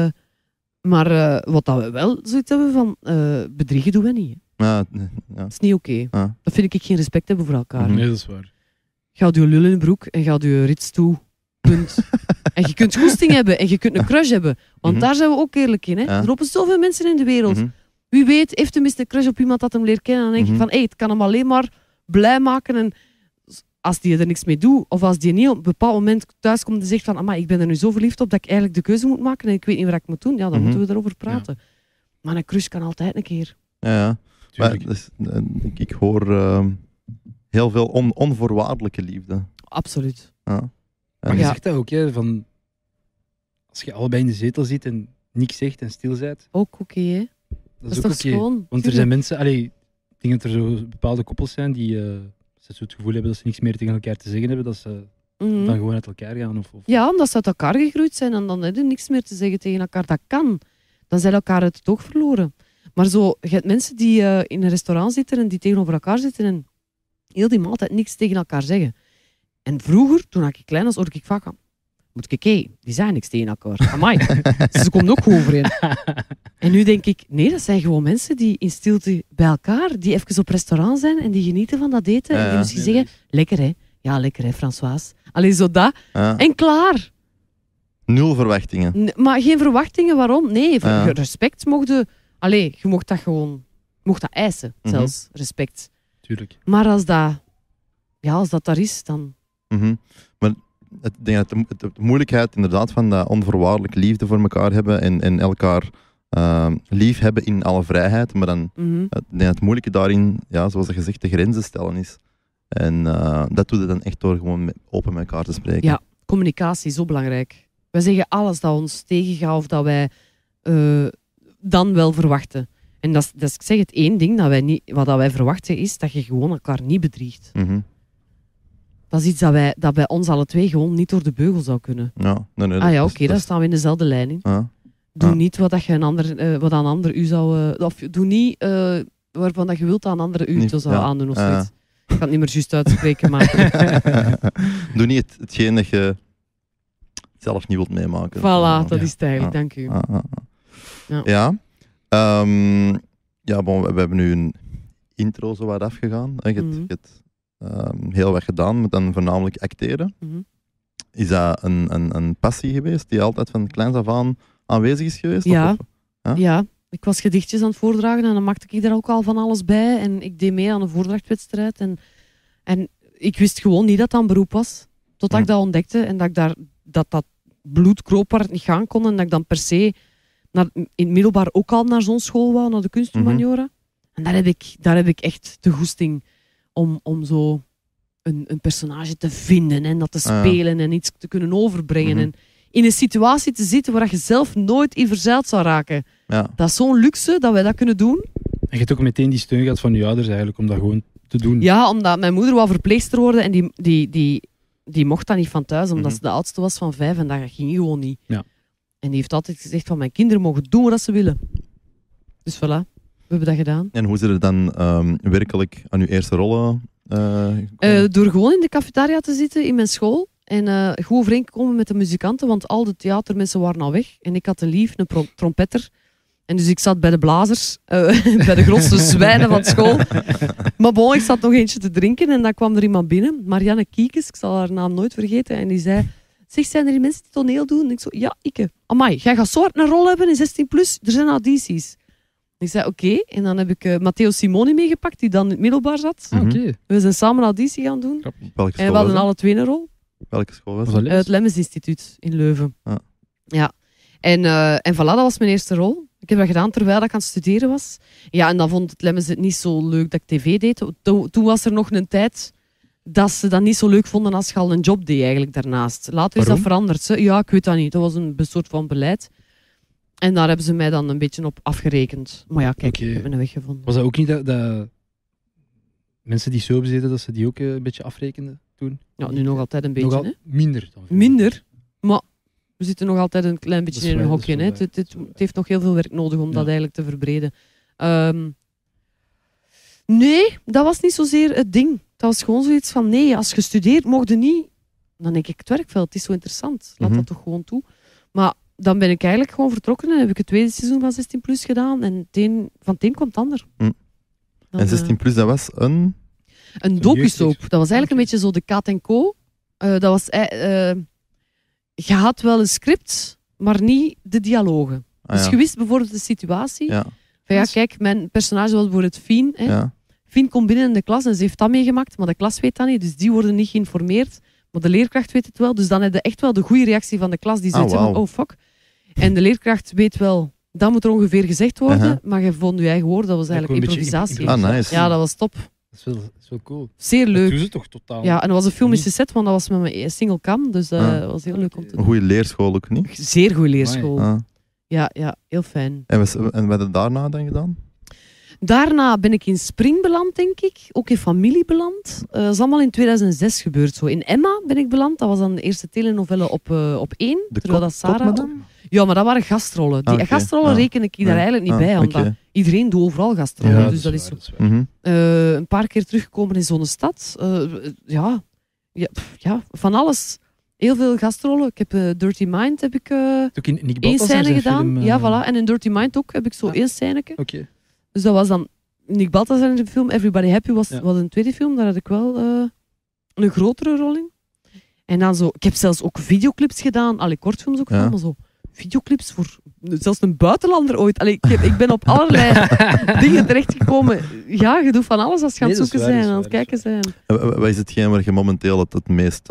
Maar wat dat we wel zoiets hebben van, bedriegen doen we niet. Hè. Ja, ja. Dat is niet oké. Ja. Dat vind ik geen respect hebben voor elkaar. Mhm. Nee, dat is waar. Gaat je lul in de broek en gaat je rits toe. Punt. En je kunt goesting hebben en je kunt een crush hebben. Want Mhm. daar zijn we ook eerlijk in. Hè? Ja. Er lopen zoveel mensen in de wereld. Mhm. Wie weet, heeft tenminste een crush op iemand dat hem leert kennen. En dan denk Mhm. je van, het kan hem alleen maar blij maken. En als die er niks mee doet, of als die niet op een bepaald moment thuis komt en zegt van, amai, ik ben er nu zo verliefd op dat ik eigenlijk de keuze moet maken en ik weet niet wat ik moet doen, ja, dan Mhm. moeten we daarover praten. Maar een crush kan altijd een keer. Ja. Maar, Tuurlijk. dus, ik hoor heel veel onvoorwaardelijke liefde. Absoluut. Ja. Maar En- je Ja. zegt dat ook, hè, van als je allebei in de zetel zit en niks zegt en stil bent, Ook oké, hè? dat Dat is is ook toch oké. schoon? Want er zijn mensen, ik denk dat er zo bepaalde koppels zijn die ze zo het gevoel hebben dat ze niks meer tegen elkaar te zeggen hebben, dat ze Mhm. dan gewoon uit elkaar gaan. Of Ja, omdat ze uit elkaar gegroeid zijn en dan heb je niks meer te zeggen tegen elkaar. Dat kan. Dan zijn elkaar uit het oog verloren. Maar zo, je hebt mensen die in een restaurant zitten en die tegenover elkaar zitten en heel die maaltijd niks tegen elkaar zeggen. En vroeger, toen ik klein was, hoorde ik vaak van, moet ik kijken, die zeggen niks tegen elkaar. Amai, ze komen ook goed overeen. En nu denk ik, nee, dat zijn gewoon mensen die in stilte bij elkaar, die even op restaurant zijn en die genieten van dat eten. En die Ja. misschien zeggen, lekker hè. Ja, lekker hè, François. Alleen zo dat. Ja. En klaar. Nul verwachtingen. Maar geen verwachtingen, waarom? Nee, Ja. respect mocht je... Allee, je mocht dat gewoon... mocht dat eisen, Mhm. zelfs, respect. Tuurlijk. Maar als dat daar is, dan... Mhm. Maar ik denk dat de moeilijkheid inderdaad van dat onvoorwaardelijk liefde voor elkaar hebben en elkaar lief hebben in alle vrijheid. Maar dan Mhm. ik denk dat het moeilijke daarin, ja, zoals je zegt, de grenzen stellen is. En dat doe je dan echt door gewoon open met elkaar te spreken. Ja. Communicatie is zo belangrijk. Wij zeggen alles dat ons tegengaat of dat wij dan wel verwachten. En dat is, ik zeg het, één ding wat wij verwachten is dat je gewoon elkaar niet bedriegt. Mhm. Dat is iets dat bij ons alle twee gewoon niet door de beugel zou kunnen. Ja, nee, Ah ja, dat oké, is- dan staan we in dezelfde lijn in. ja. Doe Ja. niet wat een ander u zou... of doe niet waarvan dat je wilt dat een ander u Niet- zo zou ja. aandoen of Ja. zoiets. Ik kan het niet meer juist uitspreken, maar... Doe niet hetgeen dat je zelf niet wilt meemaken. Voilà, dat Ja. is het eigenlijk, Ja. dank u. Ja. Ja. Ja, bon, we hebben nu een intro zo wat afgegaan. Je hebt, Mhm. je hebt, heel wat gedaan, met dan voornamelijk acteren. Mhm. Is dat een passie geweest die altijd van kleins af aan aanwezig is geweest? Ja. Of- Ja? Ja, ik was gedichtjes aan het voordragen en dan maakte ik er ook al van alles bij. En ik deed mee aan een voordrachtwedstrijd. En ik wist gewoon niet dat dat een beroep was. Totdat ik dat ontdekte en dat bloed kroop waar het niet gaan kon. En dat ik dan per se in het middelbaar ook al naar zo'n school wou, naar de kunsthumaniora. En daar heb ik echt de goesting om zo een personage te vinden en dat te spelen en iets te kunnen overbrengen. En in een situatie te zitten waar je zelf nooit in verzeild zou raken. Ja. Dat is zo'n luxe dat wij dat kunnen doen. En je hebt ook meteen die steun gehad van je ouders eigenlijk om dat gewoon te doen. Ja, omdat mijn moeder wou verpleegster worden en die mocht dat niet van thuis, omdat ze de oudste was van 5 en dat ging gewoon niet. Ja. En die heeft altijd gezegd van mijn kinderen mogen doen wat ze willen. Dus voilà, we hebben dat gedaan. En hoe is er dan werkelijk aan uw eerste rollen gekomen? Door gewoon in de cafetaria te zitten in mijn school en goed overeenkomen met de muzikanten, want al de theatermensen waren al weg. En ik had een lief, een trompetter. En dus ik zat bij de blazers, bij de grootste zwijnen van school. Maar bon, ik zat nog eentje te drinken en dan kwam er iemand binnen, Marianne Kiekes, ik zal haar naam nooit vergeten. En die zei, zeg, zijn er die mensen die toneel doen? En ik zo, ja, ikke. Amai, jij gaat zo hard een rol hebben in 16+, er zijn audities. Ik zei, oké. En dan heb ik Matteo Simoni meegepakt, die dan in het middelbaar zat. Oké. We zijn samen een auditie gaan doen. Welke En school we hadden was dat? alle twee een rol. Welke school was Was dat? dat les? Het Lemmens Instituut in Leuven. Ah. Ja. En voilà, dat was mijn eerste rol. Ik heb dat gedaan terwijl ik aan het studeren was. Ja, en dan vond het Lemmens het niet zo leuk dat ik tv deed. Toen was er nog een tijd dat ze dat niet zo leuk vonden als je al een job deed eigenlijk daarnaast. Later is dat veranderd. Hè? Ja, ik weet dat niet. Dat was een soort van beleid. En daar hebben ze mij dan een beetje op afgerekend. Maar ja, kijk, Oké. ik heb een weg gevonden. Was dat ook niet dat mensen die soaps deden, dat ze die ook een beetje afrekenden toen? Ja, nu nog altijd een beetje. Nogal Hè? minder dan vroeger. Minder. Maar we zitten nog altijd een klein beetje Dat is in een waar, hokje. dat is Hè? wel Het heeft nog heel veel werk nodig om Ja. dat eigenlijk te verbreden. Nee, dat was niet zozeer het ding. Dat was gewoon zoiets van, nee, als je studeert, mocht je niet... Dan denk ik, het werkveld, het is zo interessant. Laat dat toch gewoon toe. Maar dan ben ik eigenlijk gewoon vertrokken en heb ik het tweede seizoen van 16+ gedaan. En van het een komt het ander. Dan, En 16+, dat was een... een docusoap. Dat was eigenlijk een beetje zo de Kat & Co. Dat was... je had wel een script, maar niet de dialogen. Ah, Dus ja. je wist bijvoorbeeld de situatie. Ja, Van ja, kijk, mijn personage was bijvoorbeeld Fien. Hè. ja. Fien komt binnen in de klas en ze heeft dat meegemaakt, maar de klas weet dat niet. Dus die worden niet geïnformeerd. Maar de leerkracht weet het wel. Dus dan heb je echt wel de goede reactie van de klas. Die zoiets wauw. van, oh fuck. En de leerkracht weet wel, dat moet er ongeveer gezegd worden. Uh-huh. Maar je vond je eigen woorden. Dat was eigenlijk Ook een beetje improvisatie. Ah, nice. Ja, dat was top. Dat is wel cool. Zeer Dat leuk. doen ze toch totaal? Ja, en dat was een filmische set, want dat was met mijn single cam. Dus dat Ah. was heel leuk om te Een doen. goede leerschool ook niet. Zeer goede leerschool. Ah. Ja, heel fijn. En wat hebben we daarna dan gedaan? Daarna ben ik in Spring beland, denk ik. Ook in Familie beland. Dat is allemaal in 2006 gebeurd. Zo. In Emma ben ik beland. Dat was dan de eerste telenovelle op 1. De terwijl dat Sarah... Kopmadam? Ja, maar dat waren gastrollen. Die Ah, oké. gastrollen Ah. reken ik daar Ja. eigenlijk niet Ah, bij. Omdat oké. iedereen doet overal gastrollen. Ja, dus dat is waar, zo. dat is waar. Mhm. Een paar keer teruggekomen in zo'n stad. Ja, van alles. Heel veel gastrollen. Ik heb Dirty Mind heb ik Ook in Nick één Balthazar scène zijn gedaan. film, Ja, voilà. En in Dirty Mind ook heb ik zo Ah. één scèneke. Oké. Dus dat was dan... Nick Balthazar in de film Everybody Happy was een tweede film. Daar had ik wel een grotere rol in. En dan zo... Ik heb zelfs ook videoclips gedaan. Allee, kortfilms ook gedaan, maar zo... Videoclips voor zelfs een buitenlander ooit. Allee, ik ben op allerlei dingen terechtgekomen. Ja, je doet van alles als je aan het Nee, dat is zoeken waar, zijn, dat aan is het waar, kijken zijn. Wat is hetgeen waar je momenteel het meest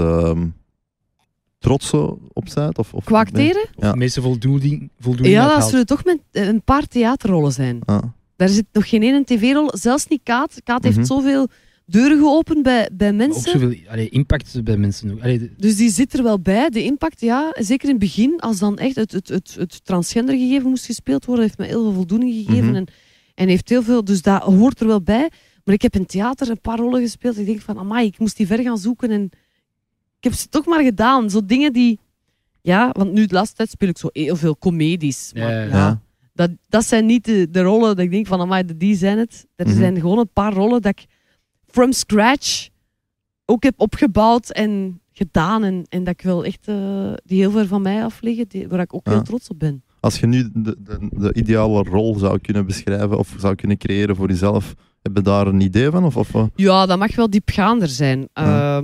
trots op bent? Of Qua acteren? Of Ja. de meeste voldoening Ja, dat uithaalt. zullen toch met een paar theaterrollen zijn. Ah. Daar zit nog geen ene tv-rol, zelfs niet Kaat. Kaat Mhm. heeft zoveel deuren geopend bij Maar ook mensen. zoveel impact bij mensen. Ook. Dus die zit er wel bij. De impact, ja. Zeker in het begin, als dan echt het transgender gegeven moest gespeeld worden, heeft me heel veel voldoening gegeven. Mhm. En heeft heel veel, dus dat hoort er wel bij. Maar ik heb in theater een paar rollen gespeeld. Ik denk van, amai, ik moest die ver gaan zoeken. En ik heb ze toch maar gedaan. Zo dingen die... Ja, want nu de laatste tijd speel ik zo heel veel comedies. Maar Ja. dat zijn niet de rollen dat ik denk van, amai, die zijn het. Er Mhm. zijn gewoon een paar rollen dat ik from scratch ook heb opgebouwd en gedaan. En dat ik wel echt, die heel ver van mij af liggen, waar ik ook heel trots op ben. Als je nu de ideale rol zou kunnen beschrijven of zou kunnen creëren voor jezelf, heb je daar een idee van? Of? Ja, dat mag wel diepgaander zijn. Ja.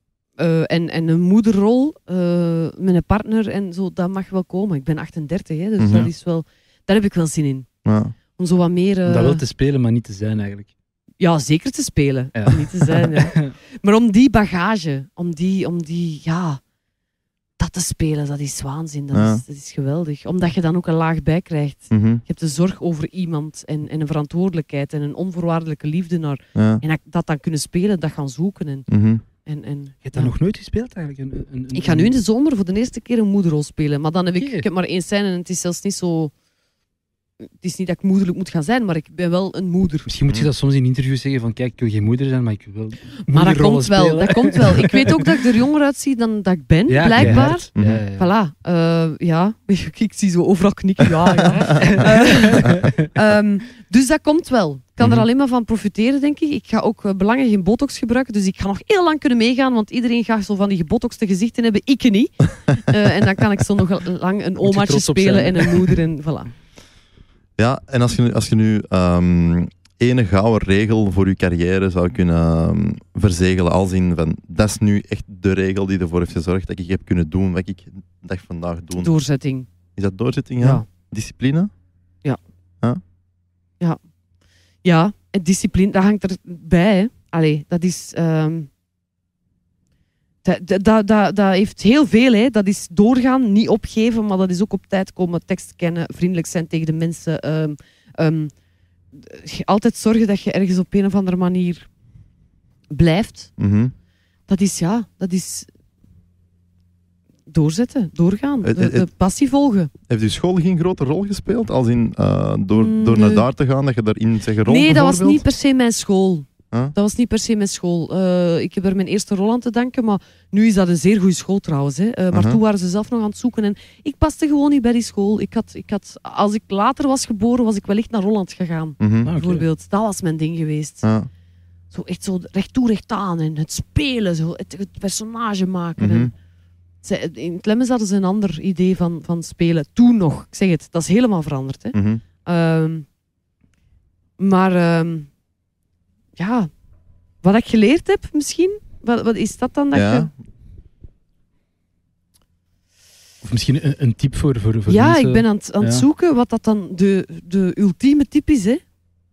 En een moederrol met een partner en zo, dat mag wel komen. Ik ben 38, hè, dus Mhm. dat is wel, daar heb ik wel zin in. Ja. Om zo wat meer... Om dat wel te spelen, maar niet te zijn eigenlijk. Ja, zeker te spelen. Ja. Om niet te zijn, ja. Maar om die bagage, om die, ja... Dat te spelen, dat is waanzin. Dat is geweldig. Omdat je dan ook een laag bij krijgt. Mhm. Je hebt de zorg over iemand en een verantwoordelijkheid en een onvoorwaardelijke liefde naar... Ja. En dat dan kunnen spelen, dat gaan zoeken. En Mhm. En, Je hebt dat nog nooit gespeeld eigenlijk? Ik ga nu in de zomer voor de eerste keer een moederrol spelen. Maar dan heb Oké. ik heb maar 1 scène en het is zelfs niet zo... Het is niet dat ik moederlijk moet gaan zijn, maar ik ben wel een moeder. Misschien moet je dat soms in interviews zeggen van kijk, ik wil geen moeder zijn, maar ik wil Maar dat moederrollen komt wel, spelen. dat komt wel. Ik weet ook dat ik er jonger uitzie dan dat ik ben, Ja, blijkbaar. keihard. Ja. Voilà. Ja, ik zie zo overal knikken. Ja, ja. Dus dat komt wel. Ik kan er alleen maar van profiteren, denk ik. Ik ga ook belangrijk geen botox gebruiken, dus ik ga nog heel lang kunnen meegaan, want iedereen gaat zo van die gebotoxte gezichten hebben. Ik niet. En dan kan ik zo nog lang een omaatje trots op spelen zijn. en een moeder en voilà. Ja, en als je nu ene gouden regel voor je carrière zou kunnen verzegelen, als in van, dat is nu echt de regel die ervoor heeft gezorgd dat ik heb kunnen doen wat ik de dag vandaag doe. Doorzetting. Is dat doorzetting, ja? Ja. Discipline? Ja, en discipline, dat hangt erbij. Hè. Allee, dat is... Dat heeft heel veel. Hè. Dat is doorgaan, niet opgeven, maar dat is ook op tijd komen, tekst kennen, vriendelijk zijn tegen de mensen. Altijd zorgen dat je ergens op een of andere manier blijft. Mhm. Dat is doorzetten, doorgaan, Het- de passie volgen. Heeft uw school geen grote rol gespeeld? Als in door Nee. naar daar te gaan, dat je daarin zeg een rol Nee, dat was bijvoorbeeld? niet per se mijn school. Huh? Dat was niet per se mijn school. Ik heb er mijn eerste rol aan te danken, maar nu is dat een zeer goede school trouwens. Hè. Maar Uh-huh. toen waren ze zelf nog aan het zoeken en ik paste gewoon niet bij die school. Als ik later was geboren, was ik wellicht naar Holland gegaan. Mhm. Ah, oké. Bijvoorbeeld. Dat was mijn ding geweest. Ja. Zo echt zo recht toe, recht aan en het spelen, zo, het personage maken. Mhm. En in Tlemmes hadden ze een ander idee van spelen. Toen nog. Ik zeg het, dat is helemaal veranderd. Hè. Mhm. Ja, wat ik geleerd heb misschien, wat is dat dan? Dat Ja. je... Of misschien een tip voor Ja, mensen. ik ben aan het Ja. zoeken wat dat dan de ultieme tip is. Hè.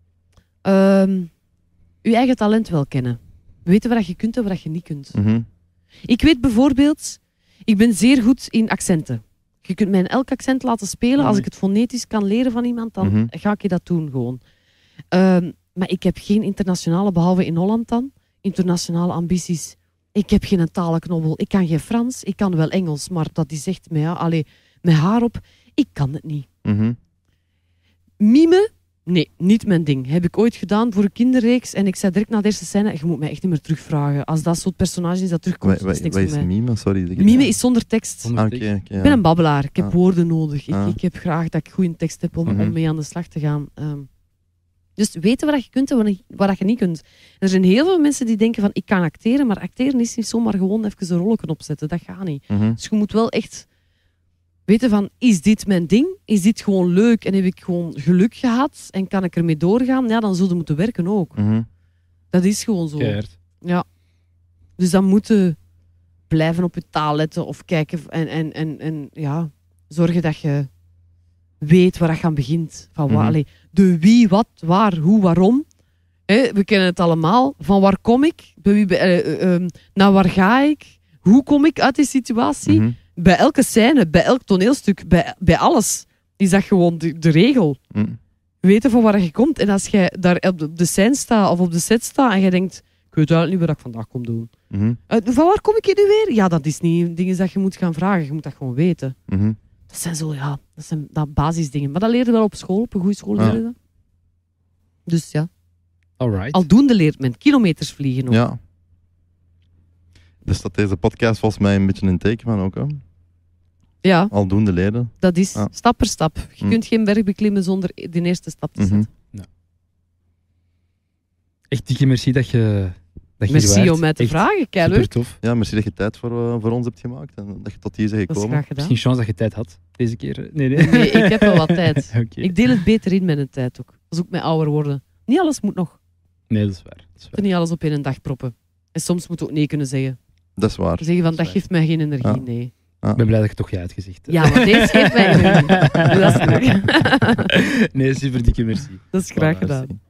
Je eigen talent wel kennen. Weten wat je kunt en wat je niet kunt. Mhm. Ik weet bijvoorbeeld, ik ben zeer goed in accenten. Je kunt mij in elk accent laten spelen. Als ik het fonetisch kan leren van iemand, dan Mhm. ga ik je dat doen gewoon. Maar ik heb geen internationale, behalve in Holland dan, internationale ambities. Ik heb geen talenknobbel. Ik kan geen Frans, ik kan wel Engels, maar dat is echt met haar op. Ik kan het niet. Mhm. Mime? Nee, niet mijn ding. Heb ik ooit gedaan voor een kinderreeks en ik zei direct na de eerste scène, je moet mij echt niet meer terugvragen. Als dat soort personage is dat terugkomt, Wat dat is niks is voor mij. mime? Sorry. dat ik- Mime is zonder tekst. Ah, oké, ja. Ik ben een babbelaar. Ik heb Ah. woorden nodig. Ah. Ik heb graag dat ik goede tekst heb om Mhm. mee aan de slag te gaan. Dus weten wat je kunt en wat je niet kunt. En er zijn heel veel mensen die denken van ik kan acteren, maar acteren is niet zomaar gewoon even een rolletje opzetten. Dat gaat niet. Mhm. Dus je moet wel echt weten van is dit mijn ding? Is dit gewoon leuk en heb ik gewoon geluk gehad en kan ik ermee doorgaan? Ja, dan zullen we moeten werken ook. Mhm. Dat is gewoon zo. Keihard. Ja. Dus dan moeten blijven op je taal letten of kijken en ja, zorgen dat je weet waar je aan begint. Van Mhm. allee, de wie, wat, waar, hoe, waarom. We kennen het allemaal. Van waar kom ik? Naar waar ga ik? Hoe kom ik uit die situatie? Mhm. Bij elke scène, bij elk toneelstuk, bij alles is dat gewoon de regel. Mhm. Weten van waar je komt. En als jij daar op de scène staat of op de set staat en je denkt, ik weet eigenlijk niet wat ik vandaag kom doen. Mhm. Van waar kom ik hier nu weer? Ja, dat is niet dingen dat je moet gaan vragen. Je moet dat gewoon weten. Mhm. Dat zijn zo, ja, dat zijn basisdingen. Maar dat leer je wel op school, op een goede school leer je dat. Dus ja, Alright. aldoende leert men kilometers vliegen ook. Ja. Dus dat deze podcast volgens mij een beetje een teken van ook. Hè? Ja, Aldoende leren. dat is Ja. stap per stap. Je Mm. kunt geen berg beklimmen zonder de eerste stap te Mhm. zetten. Echt dikke merci dat je hier Merci waart. om mij te Echt vragen, Super keileuk. tof. Ja, merci dat je tijd voor ons hebt gemaakt en dat je tot hier bent Dat is gekomen. graag gedaan. Misschien chance dat je tijd had deze keer. Nee. Nee, ik heb wel wat tijd. Oké. Ik deel het beter in met een tijd ook. Dat is ook met ouder worden. Niet alles moet nog. Nee, dat is waar. Dat is waar. Niet alles op één dag proppen. En soms moet je ook nee kunnen zeggen. Dat is waar. Zeggen van, Dat is dat waar. geeft mij geen energie. Ja. Nee. Ik ben blij dat je toch je uitgezicht hebt. Ja, maar deze geeft mij energie. Dat is leuk. Nee, super dikke merci. Dat is graag Voilà, gedaan. merci.